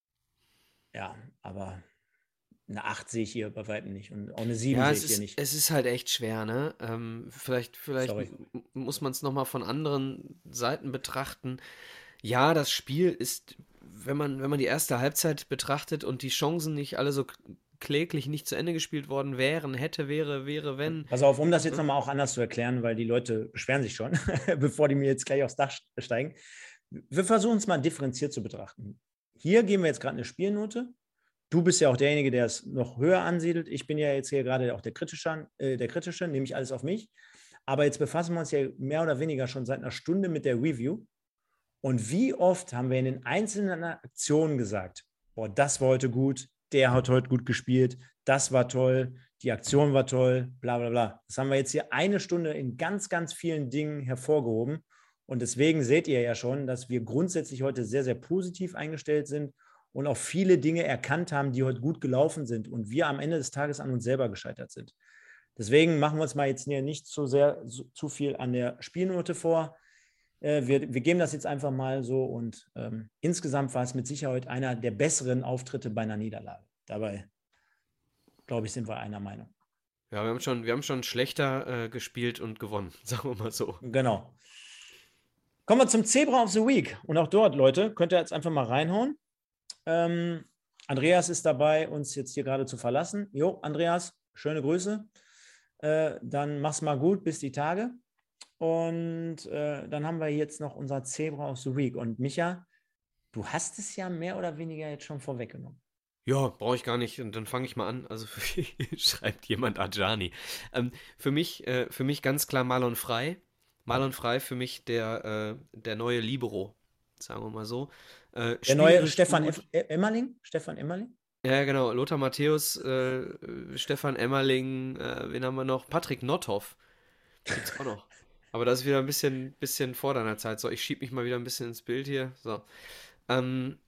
ja, aber eine 8 sehe ich hier bei weitem nicht und auch eine 7 Ja, sehe ich hier nicht. es ist halt echt schwer, ne? Vielleicht Sorry. muss man es nochmal von anderen Seiten betrachten. Ja, das Spiel ist, wenn man die erste Halbzeit betrachtet und die Chancen nicht alle so kläglich nicht zu Ende gespielt worden wären, hätte, wäre, wenn. Pass auf, um das jetzt Ne? nochmal auch anders zu erklären, weil die Leute beschweren sich schon, bevor die mir jetzt gleich aufs Dach steigen. Wir versuchen es mal differenziert zu betrachten. Hier geben wir jetzt gerade eine Spielnote. Du bist ja auch derjenige, der es noch höher ansiedelt. Ich bin ja jetzt hier gerade auch der Kritische, nehme ich alles auf mich. Aber jetzt befassen wir uns ja mehr oder weniger schon seit einer Stunde mit der Review. Und wie oft haben wir in den einzelnen Aktionen gesagt, boah, das war heute gut, der hat heute gut gespielt, das war toll, die Aktion war toll, bla bla bla. Das haben wir jetzt hier eine Stunde in ganz, ganz vielen Dingen hervorgehoben. Und deswegen seht ihr ja schon, dass wir grundsätzlich heute sehr, sehr positiv eingestellt sind und auch viele Dinge erkannt haben, die heute gut gelaufen sind und wir am Ende des Tages an uns selber gescheitert sind. Deswegen machen wir uns mal jetzt hier nicht zu viel an der Spielnote vor. Wir geben das jetzt einfach mal so und insgesamt war es mit Sicherheit einer der besseren Auftritte bei einer Niederlage. Dabei, glaube ich, sind wir einer Meinung. Ja, wir haben schon schlechter gespielt und gewonnen, sagen wir mal so. Genau. Kommen wir zum Zebra of the Week. Und auch dort, Leute, könnt ihr jetzt einfach mal reinhauen. Andreas ist dabei, uns jetzt hier gerade zu verlassen. Jo, Andreas, schöne Grüße. Dann mach's mal gut, bis die Tage. Und dann haben wir jetzt noch unser Zebra of the Week. Und Micha, du hast es ja mehr oder weniger jetzt schon vorweggenommen. Ja, brauche ich gar nicht. Und dann fange ich mal an. Also schreibt jemand Ajani. Für mich ganz klar Marlon Frey. Marlon Frey für mich der neue Libero, sagen wir mal so. Der neue Spielerisch Stefan gut. Emmerling? Stefan Emmerling? Ja, genau. Lothar Matthäus, Stefan Emmerling, wen haben wir noch? Patrick Nothoff gibt's auch noch. Aber das ist wieder ein bisschen vor deiner Zeit. So, ich schieb mich mal wieder ein bisschen ins Bild hier. So. Ähm,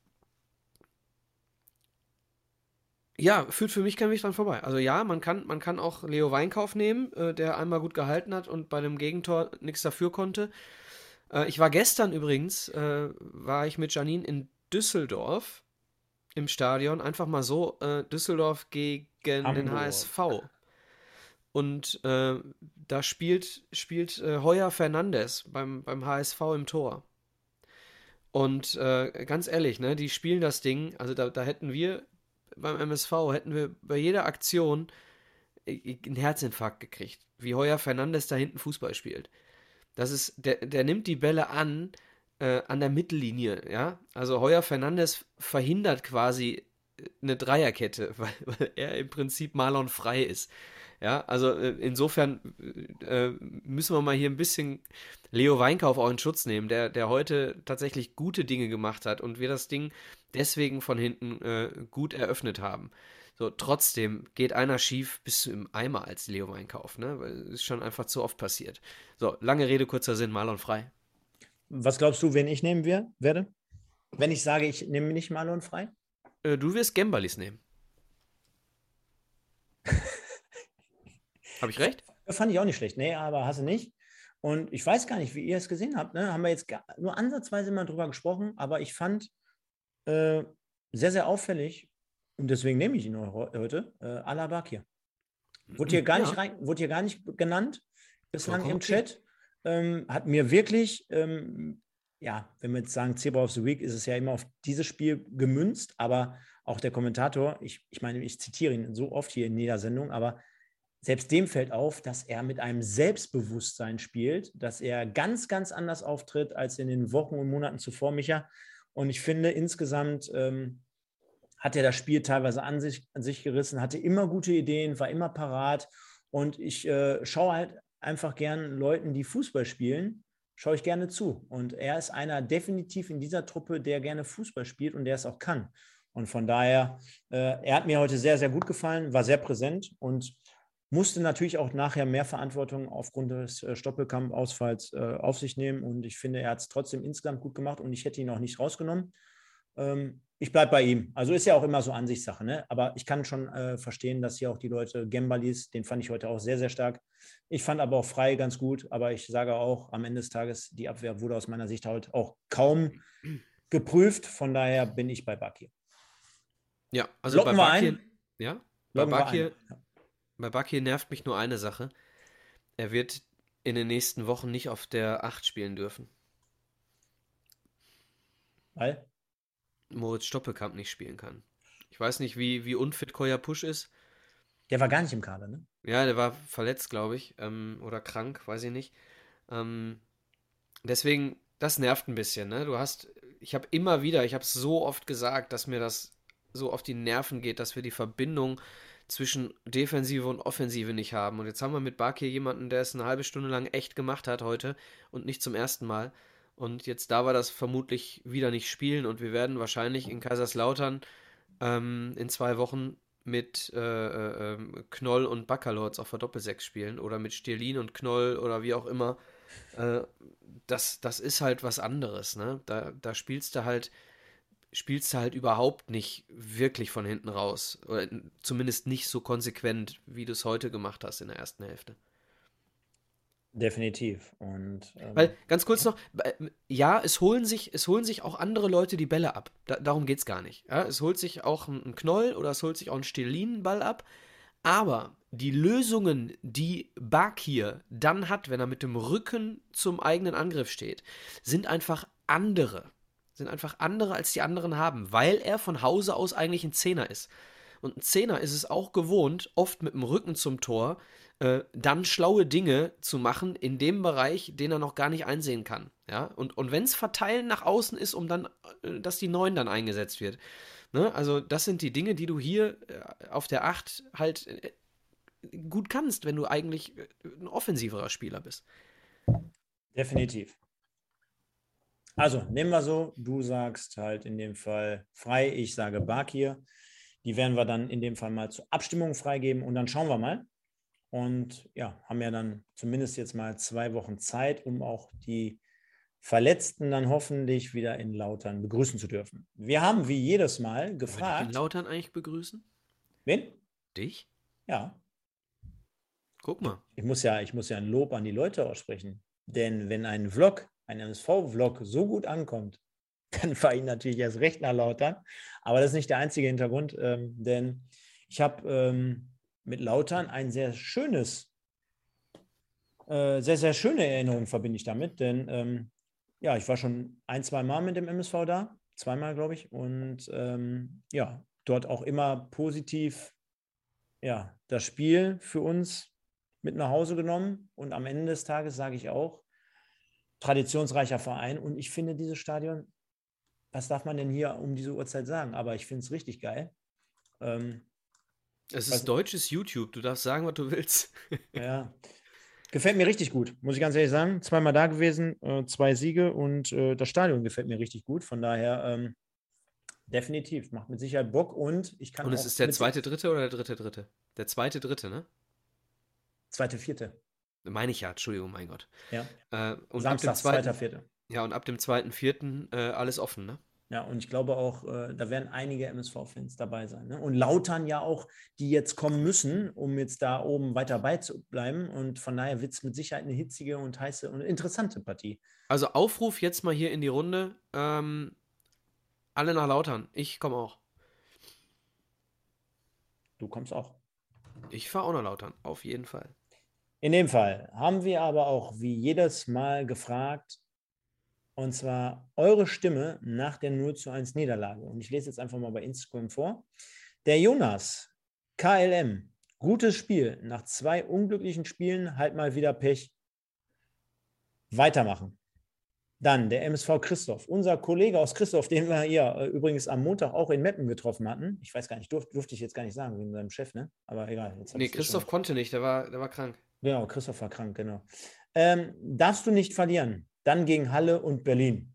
ja, führt für mich kein Weg dran vorbei. Also ja, man kann auch Leo Weinkauf nehmen, der einmal gut gehalten hat und bei dem Gegentor nichts dafür konnte. Ich war gestern übrigens, war ich mit Janine in Düsseldorf im Stadion, einfach mal so, Düsseldorf gegen den Hamburg. HSV. Und da spielt Heuer Fernandes beim HSV im Tor. Und ganz ehrlich, ne, die spielen das Ding, also da hätten wir beim MSV, hätten wir bei jeder Aktion einen Herzinfarkt gekriegt, wie Heuer Fernandes da hinten Fußball spielt. Der nimmt die Bälle an der Mittellinie, ja. Also Heuer Fernandes verhindert quasi eine Dreierkette, weil er im Prinzip Marlon frei ist. Ja, also insofern müssen wir mal hier ein bisschen Leo Weinkauf auch in Schutz nehmen, der heute tatsächlich gute Dinge gemacht hat und wir das Ding deswegen von hinten gut eröffnet haben. So, trotzdem geht einer schief bis im Eimer als Leo Weinkauf, ne? Weil es ist schon einfach zu oft passiert. So, lange Rede, kurzer Sinn, Marlon frei. Was glaubst du, wen ich nehmen werde? Wenn ich sage, ich nehme nicht Marlon frei? Du wirst Gembalis nehmen. Habe ich recht? Fand ich auch nicht schlecht. Nee, aber hast du nicht. Und ich weiß gar nicht, wie ihr es gesehen habt. Ne? Haben wir jetzt nur ansatzweise mal drüber gesprochen, aber ich fand sehr, sehr auffällig, und deswegen nehme ich ihn heute, Alabakir. Wurde hier gar nicht genannt bislang Vollkommen im okay. Chat. Hat mir wirklich, ja, wenn wir jetzt sagen, Zebra of the Week, ist es ja immer auf dieses Spiel gemünzt, aber auch der Kommentator, ich meine, ich zitiere ihn so oft hier in jeder Sendung, aber selbst dem fällt auf, dass er mit einem Selbstbewusstsein spielt, dass er ganz, ganz anders auftritt als in den Wochen und Monaten zuvor, Micha. Und ich finde, insgesamt hat er das Spiel teilweise an sich gerissen, hatte immer gute Ideen, war immer parat. Und ich schaue halt einfach gern Leuten, die Fußball spielen, schaue ich gerne zu. Und er ist einer definitiv in dieser Truppe, der gerne Fußball spielt und der es auch kann. Und von daher, er hat mir heute sehr, sehr gut gefallen, war sehr präsent und musste natürlich auch nachher mehr Verantwortung aufgrund des Stoppelkamp-Ausfalls auf sich nehmen. Und ich finde, er hat es trotzdem insgesamt gut gemacht und ich hätte ihn auch nicht rausgenommen. Ich bleibe bei ihm. Also ist ja auch immer so Ansichtssache, ne? Aber ich kann schon verstehen, dass hier auch die Leute Gembalis, den fand ich heute auch sehr, sehr stark. Ich fand aber auch Frei ganz gut, aber ich sage auch, am Ende des Tages, die Abwehr wurde aus meiner Sicht halt auch kaum geprüft. Von daher bin ich bei Bakir. Ja, also bei Locken wir Bakir, ein. ja, bei Loggen wir ein. Bakir, bei Bakir nervt mich nur eine Sache. Er wird in den nächsten Wochen nicht auf der 8 spielen dürfen. Weil? Moritz Stoppelkamp nicht spielen kann. Ich weiß nicht, wie unfit Koya Pusch ist. Der war gar nicht im Kader, ne? Ja, der war verletzt, glaube ich, oder krank, weiß ich nicht. Deswegen, das nervt ein bisschen, ne? Ich habe es so oft gesagt, dass mir das so auf die Nerven geht, dass wir die Verbindung zwischen Defensive und Offensive nicht haben. Und jetzt haben wir mit Bakir jemanden, der es eine halbe Stunde lang echt gemacht hat heute und nicht zum ersten Mal. Und jetzt darf er das vermutlich wieder nicht spielen und wir werden wahrscheinlich in Kaiserslautern in 2 Wochen mit Knoll und Baccalords auf der Doppelsechs spielen oder mit Stierlin und Knoll oder wie auch immer. Äh, das ist halt was anderes, ne? Da spielst du halt überhaupt nicht wirklich von hinten raus. Oder zumindest nicht so konsequent, wie du es heute gemacht hast in der ersten Hälfte. Definitiv. Und Weil, ganz kurz noch, ja, es holen sich auch andere Leute die Bälle ab. Darum geht es gar nicht. Ja, es holt sich auch ein Knoll oder es holt sich auch ein Stelin-Ball ab. Aber die Lösungen, die Bakir dann hat, wenn er mit dem Rücken zum eigenen Angriff steht, sind einfach andere. Sind einfach andere, als die anderen haben, weil er von Hause aus eigentlich ein Zehner ist. Und ein Zehner ist es auch gewohnt, oft mit dem Rücken zum Tor, dann schlaue Dinge zu machen in dem Bereich, den er noch gar nicht einsehen kann. Ja? Und wenn es verteilen nach außen ist, um dann, dass die Neun dann eingesetzt wird. Ne? Also, das sind die Dinge, die du hier auf der 8 halt gut kannst, wenn du eigentlich ein offensiverer Spieler bist. definitiv. Also, nehmen wir so, du sagst halt in dem Fall Frei, ich sage Bakir. Die werden wir dann in dem Fall mal zur Abstimmung freigeben und dann schauen wir mal. Und ja, haben ja dann zumindest jetzt mal 2 Wochen Zeit, um auch die Verletzten dann hoffentlich wieder in Lautern begrüßen zu dürfen. Wir haben wie jedes Mal Wollen wir dich in gefragt. Lautern eigentlich begrüßen? Wen? Dich? Ja, Guck mal. ich muss ja ein Lob an die Leute aussprechen. Denn wenn ein Vlog, ein MSV-Vlog so gut ankommt, dann fahre ich natürlich erst recht nach Lautern. Aber das ist nicht der einzige Hintergrund, denn ich habe mit Lautern ein sehr schönes, sehr, sehr schöne Erinnerung verbinde ich damit, denn Ja, ich war schon ein, zwei Mal mit dem MSV da. Zweimal, glaube ich. Und ja, dort auch immer positiv ja, das Spiel für uns mit nach Hause genommen. Und am Ende des Tages sage ich auch, traditionsreicher Verein. Und ich finde dieses Stadion, was darf man denn hier um diese Uhrzeit sagen? Aber ich finde es richtig geil. Ähm, Es ist weiß, deutsches YouTube, du darfst sagen, was du willst. ja, gefällt mir richtig gut, muss ich ganz ehrlich sagen. Zweimal da gewesen, zwei Siege und das Stadion gefällt mir richtig gut. Von daher definitiv, macht mit Sicherheit Bock und ich kann Und es auch ist der zweite, dritte oder der dritte, dritte? Der zweite, dritte, ne? zweite, vierte, Meine ich ja, Entschuldigung, mein Gott. ja. Und ab dem Samstags, zweiter, zweiten, vierte. ja, und ab dem zweiten, vierten alles offen, ne? Ja, und ich glaube auch, da werden einige MSV-Fans dabei sein. Ne? Und Lautern ja auch, die jetzt kommen müssen, um jetzt da oben weiter beizubleiben. Und von daher wird es mit Sicherheit eine hitzige und heiße und interessante Partie. Also Aufruf jetzt mal hier in die Runde. Alle nach Lautern. Ich komme auch. Du kommst auch. Ich fahre auch nach Lautern, auf jeden Fall. In dem Fall haben wir aber auch wie jedes Mal gefragt, und zwar eure Stimme nach der 0:1 Niederlage. Und ich lese jetzt einfach mal bei Instagram vor. Der Jonas, KLM, gutes Spiel. Nach 2 unglücklichen Spielen halt mal wieder Pech. Weitermachen. Dann der MSV Christoph, unser Kollege aus Christoph, den wir hier übrigens am Montag auch in Meppen getroffen hatten. Ich weiß gar nicht, durfte ich jetzt gar nicht sagen, wegen seinem Chef, ne? Aber egal, jetzt habe Nee, ich es schon. Christoph konnte nicht, der war krank. Genau, Christoph war krank, genau. Darfst du nicht verlieren? Dann gegen Halle und Berlin.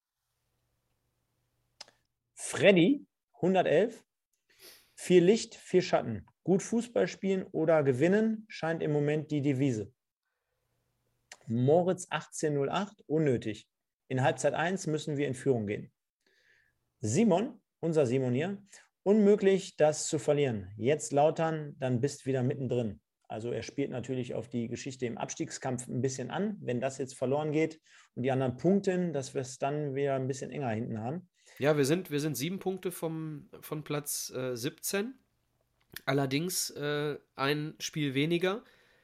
Freddy, 111. Viel Licht, viel Schatten. Gut Fußball spielen oder gewinnen scheint im Moment die Devise. Moritz 1808, unnötig. In Halbzeit 1 müssen wir in Führung gehen. Simon, unser Simon hier, unmöglich, das zu verlieren. Jetzt Lautern, dann bist wieder mittendrin. Also er spielt natürlich auf die Geschichte im Abstiegskampf ein bisschen an. Wenn das jetzt verloren geht und die anderen punkten, dass wir es dann wieder ein bisschen enger hinten haben. Ja, wir sind 7 Punkte von Platz 17. Allerdings ein Spiel weniger.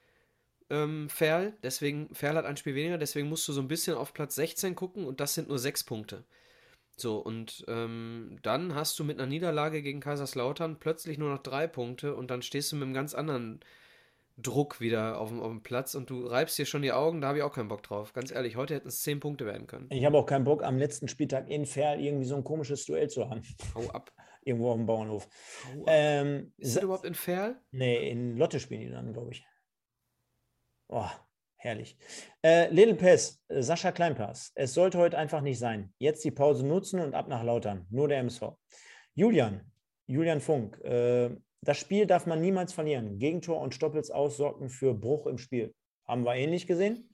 Ferl hat ein Spiel weniger, deswegen musst du so ein bisschen auf Platz 16 gucken und das sind nur 6 Punkte. So, und dann hast du mit einer Niederlage gegen Kaiserslautern plötzlich nur noch 3 Punkte und dann stehst du mit einem ganz anderen Druck wieder auf dem Platz und du reibst dir schon die Augen, da habe ich auch keinen Bock drauf. Ganz ehrlich, heute hätten es 10 Punkte werden können. Ich habe auch keinen Bock, am letzten Spieltag in Ferl irgendwie so ein komisches Duell zu haben. Hau ab. Irgendwo auf dem Bauernhof. Hau ab. Ist das überhaupt in Ferl? Nee, in Lotte spielen die dann, glaube ich. Oh, herrlich. Little Pess, Sascha Kleinpass. Es sollte heute einfach nicht sein. Jetzt die Pause nutzen und ab nach Lautern. Nur der MSV. Julian Funk. Das Spiel darf man niemals verlieren. Gegentor und Stoppels aus sorgten für Bruch im Spiel. Haben wir ähnlich gesehen.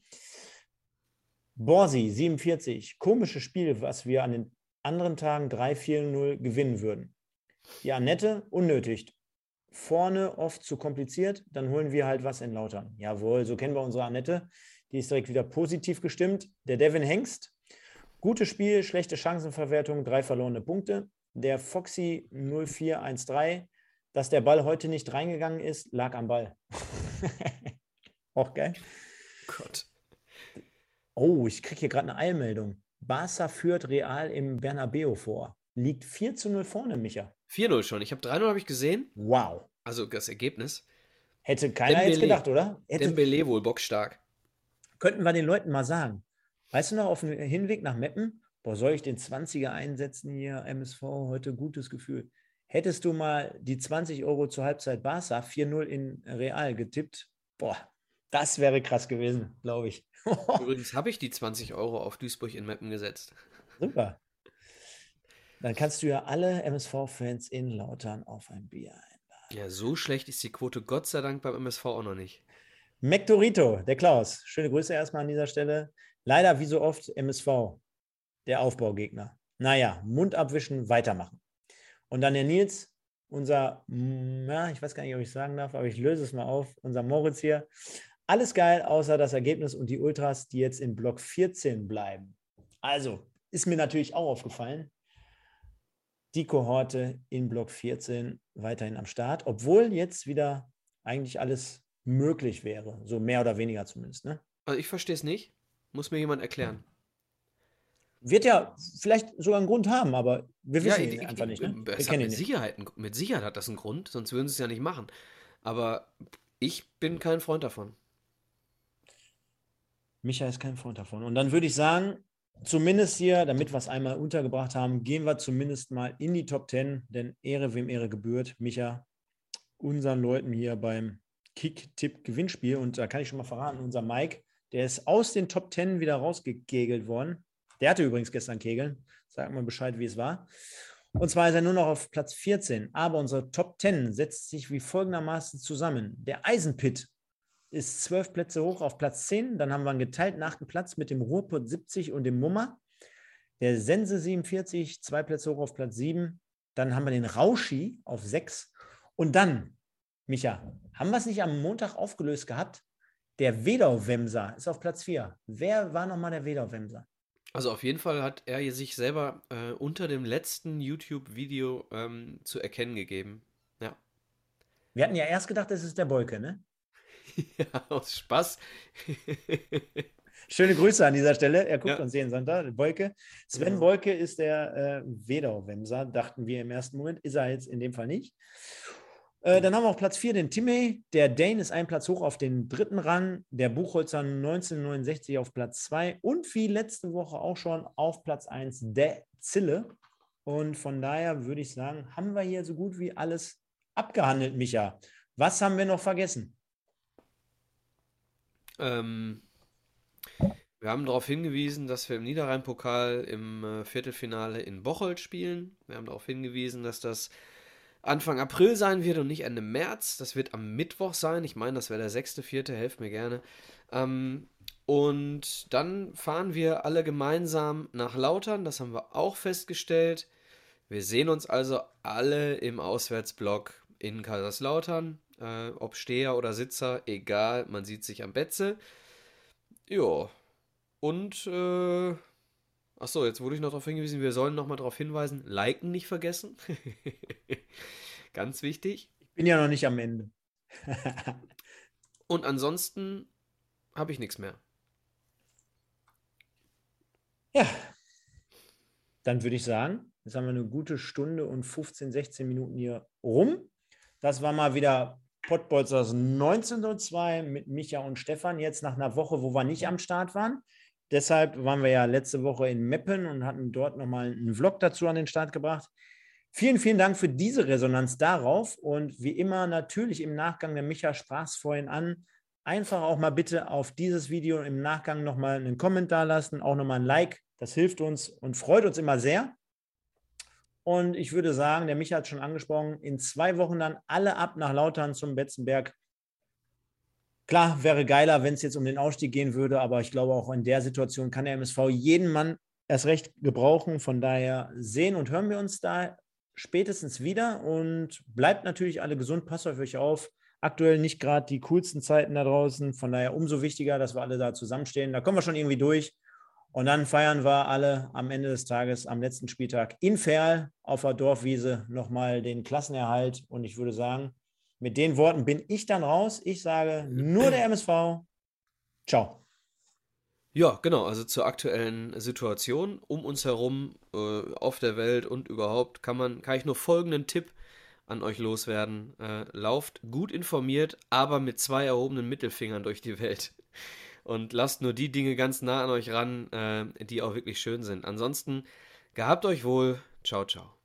Borsi, 47. Komisches Spiel, was wir an den anderen Tagen 3-4-0 gewinnen würden. Die Annette, unnötig. Vorne oft zu kompliziert, dann holen wir halt was in Lautern. Jawohl, so kennen wir unsere Annette. Die ist direkt wieder positiv gestimmt. Der Devin Hengst, gutes Spiel, schlechte Chancenverwertung, 3 verlorene Punkte. Der Foxy 0413, dass der Ball heute nicht reingegangen ist, lag am Ball. Auch geil. Gott. Oh, ich kriege hier gerade eine Eilmeldung. Barca führt Real im Bernabeu vor. Liegt 4:0 vorne, Micha. 4-0 schon. Ich habe 3-0 habe ich gesehen. Wow. Also das Ergebnis. Hätte keiner jetzt gedacht, oder? Dembele wohl bockstark. Könnten wir den Leuten mal sagen. Weißt du noch, auf dem Hinweg nach Meppen, boah, soll ich den 20er einsetzen hier, MSV, heute gutes Gefühl. Hättest du mal die 20 Euro zur Halbzeit Barca 4:0 in Real getippt, boah, das wäre krass gewesen, glaube ich. Übrigens habe ich die 20 Euro auf Duisburg in Meppen gesetzt. Super. Dann kannst du ja alle MSV-Fans in Lautern auf ein Bier einladen. Ja, so schlecht ist die Quote Gott sei Dank beim MSV auch noch nicht. Mektorito, der Klaus. Schöne Grüße erstmal an dieser Stelle. Leider wie so oft MSV, der Aufbaugegner. Naja, Mund abwischen, weitermachen. Und dann der Nils, unser, ja, ich weiß gar nicht, ob ich es sagen darf, aber ich löse es mal auf, unser Moritz hier. Alles geil, außer das Ergebnis und die Ultras, die jetzt in Block 14 bleiben. Also, ist mir natürlich auch aufgefallen, die Kohorte in Block 14 weiterhin am Start, obwohl jetzt wieder eigentlich alles möglich wäre, so mehr oder weniger zumindest. Ne? Also ich verstehe es nicht. Muss mir jemand erklären. Wird ja vielleicht sogar einen Grund haben, aber wir Ja, wissen ihn einfach nicht, ne? Wir es hat kennen ihn nicht. Mit Sicherheit hat das einen Grund, sonst würden sie es ja nicht machen. Aber ich bin kein Freund davon. Micha ist kein Freund davon. Und dann würde ich sagen, zumindest hier, damit wir es einmal untergebracht haben, gehen wir zumindest mal in die Top 10, denn Ehre wem Ehre gebührt. Micha, unseren Leuten hier beim Kick-Tipp-Gewinnspiel. Und da kann ich schon mal verraten, unser Mike, der ist aus den Top 10 wieder rausgekegelt worden. Der hatte übrigens gestern Kegeln. Sag mal Bescheid, wie es war. Und zwar ist er nur noch auf Platz 14. Aber unsere Top 10 setzt sich wie folgendermaßen zusammen. Der Eisenpit ist 12 Plätze hoch auf Platz 10. Dann haben wir einen geteilten 8. Platz mit dem Ruhrpott 70 und dem Mummer. Der Sense 47, 2 Plätze hoch auf Platz 7. Dann haben wir den Rauschi auf 6. Und dann, Micha, haben wir es nicht am Montag aufgelöst gehabt? Der Wedau-Wemser ist auf Platz 4. Wer war nochmal der Wedau-Wemser? Also auf jeden Fall hat er sich selber unter dem letzten YouTube-Video zu erkennen gegeben. Ja. Wir hatten ja erst gedacht, das ist der Bolke, ne? Ja, aus Spaß. Schöne Grüße an dieser Stelle. Er guckt Ja, uns jeden Sonntag. Bolke. Sven genau. Bolke ist der Wedau-Wemser, dachten wir im ersten Moment. Ist er jetzt in dem Fall nicht. Dann haben wir auf Platz 4 den Timmy. Der Dane ist einen Platz hoch auf den 3. Rang. Der Buchholzer 1969 auf Platz 2. Und wie letzte Woche auch schon auf Platz 1 der Zille. Und von daher würde ich sagen, haben wir hier so gut wie alles abgehandelt, Micha. Was haben wir noch vergessen? Ähm, Wir haben darauf hingewiesen, dass wir im Niederrhein-Pokal im Viertelfinale in Bocholt spielen. Wir haben darauf hingewiesen, dass das Anfang April sein wird und nicht Ende März. Das wird am Mittwoch sein. Ich meine, das wäre der 6.4. Helft mir gerne. Und dann fahren wir alle gemeinsam nach Lautern. Das haben wir auch festgestellt. Wir sehen uns also alle im Auswärtsblock in Kaiserslautern. Ob Steher oder Sitzer, egal, man sieht sich am Betze. Jo. Und, ach so, jetzt wurde ich noch darauf hingewiesen, wir sollen nochmal darauf hinweisen, liken nicht vergessen. Ganz wichtig. Bin ja noch nicht am Ende. Und ansonsten habe ich nichts mehr. Ja, dann würde ich sagen, jetzt haben wir eine gute Stunde und 15, 16 Minuten hier rum. Das war mal wieder Pottbolzers 1902 mit Micha und Stefan. Jetzt nach einer Woche, wo wir nicht am Start waren. Deshalb waren wir ja letzte Woche in Meppen und hatten dort nochmal einen Vlog dazu an den Start gebracht. Vielen, vielen Dank für diese Resonanz darauf. Und wie immer natürlich im Nachgang, der Micha sprach es vorhin an, einfach auch mal bitte auf dieses Video im Nachgang nochmal einen Kommentar lassen, auch nochmal ein Like. Das hilft uns und freut uns immer sehr. Und ich würde sagen, der Micha hat es schon angesprochen, in 2 Wochen dann alle ab nach Lautern zum Betzenberg. Klar, wäre geiler, wenn es jetzt um den Ausstieg gehen würde, aber ich glaube, auch in der Situation kann der MSV jeden Mann erst recht gebrauchen. Von daher sehen und hören wir uns da spätestens wieder und bleibt natürlich alle gesund, passt auf euch auf. Aktuell nicht gerade die coolsten Zeiten da draußen, von daher umso wichtiger, dass wir alle da zusammenstehen. Da kommen wir schon irgendwie durch. Und dann feiern wir alle am Ende des Tages, am letzten Spieltag in Verl auf der Dorfwiese nochmal den Klassenerhalt. Und ich würde sagen, mit den Worten bin ich dann raus. Ich sage nur der MSV. Ciao. Ja, genau, also zur aktuellen Situation um uns herum, auf der Welt und überhaupt kann ich nur folgenden Tipp an euch loswerden. Lauft gut informiert, aber mit 2 erhobenen Mittelfingern durch die Welt. Und lasst nur die Dinge ganz nah an euch ran, die auch wirklich schön sind. Ansonsten, gehabt euch wohl. Ciao, ciao.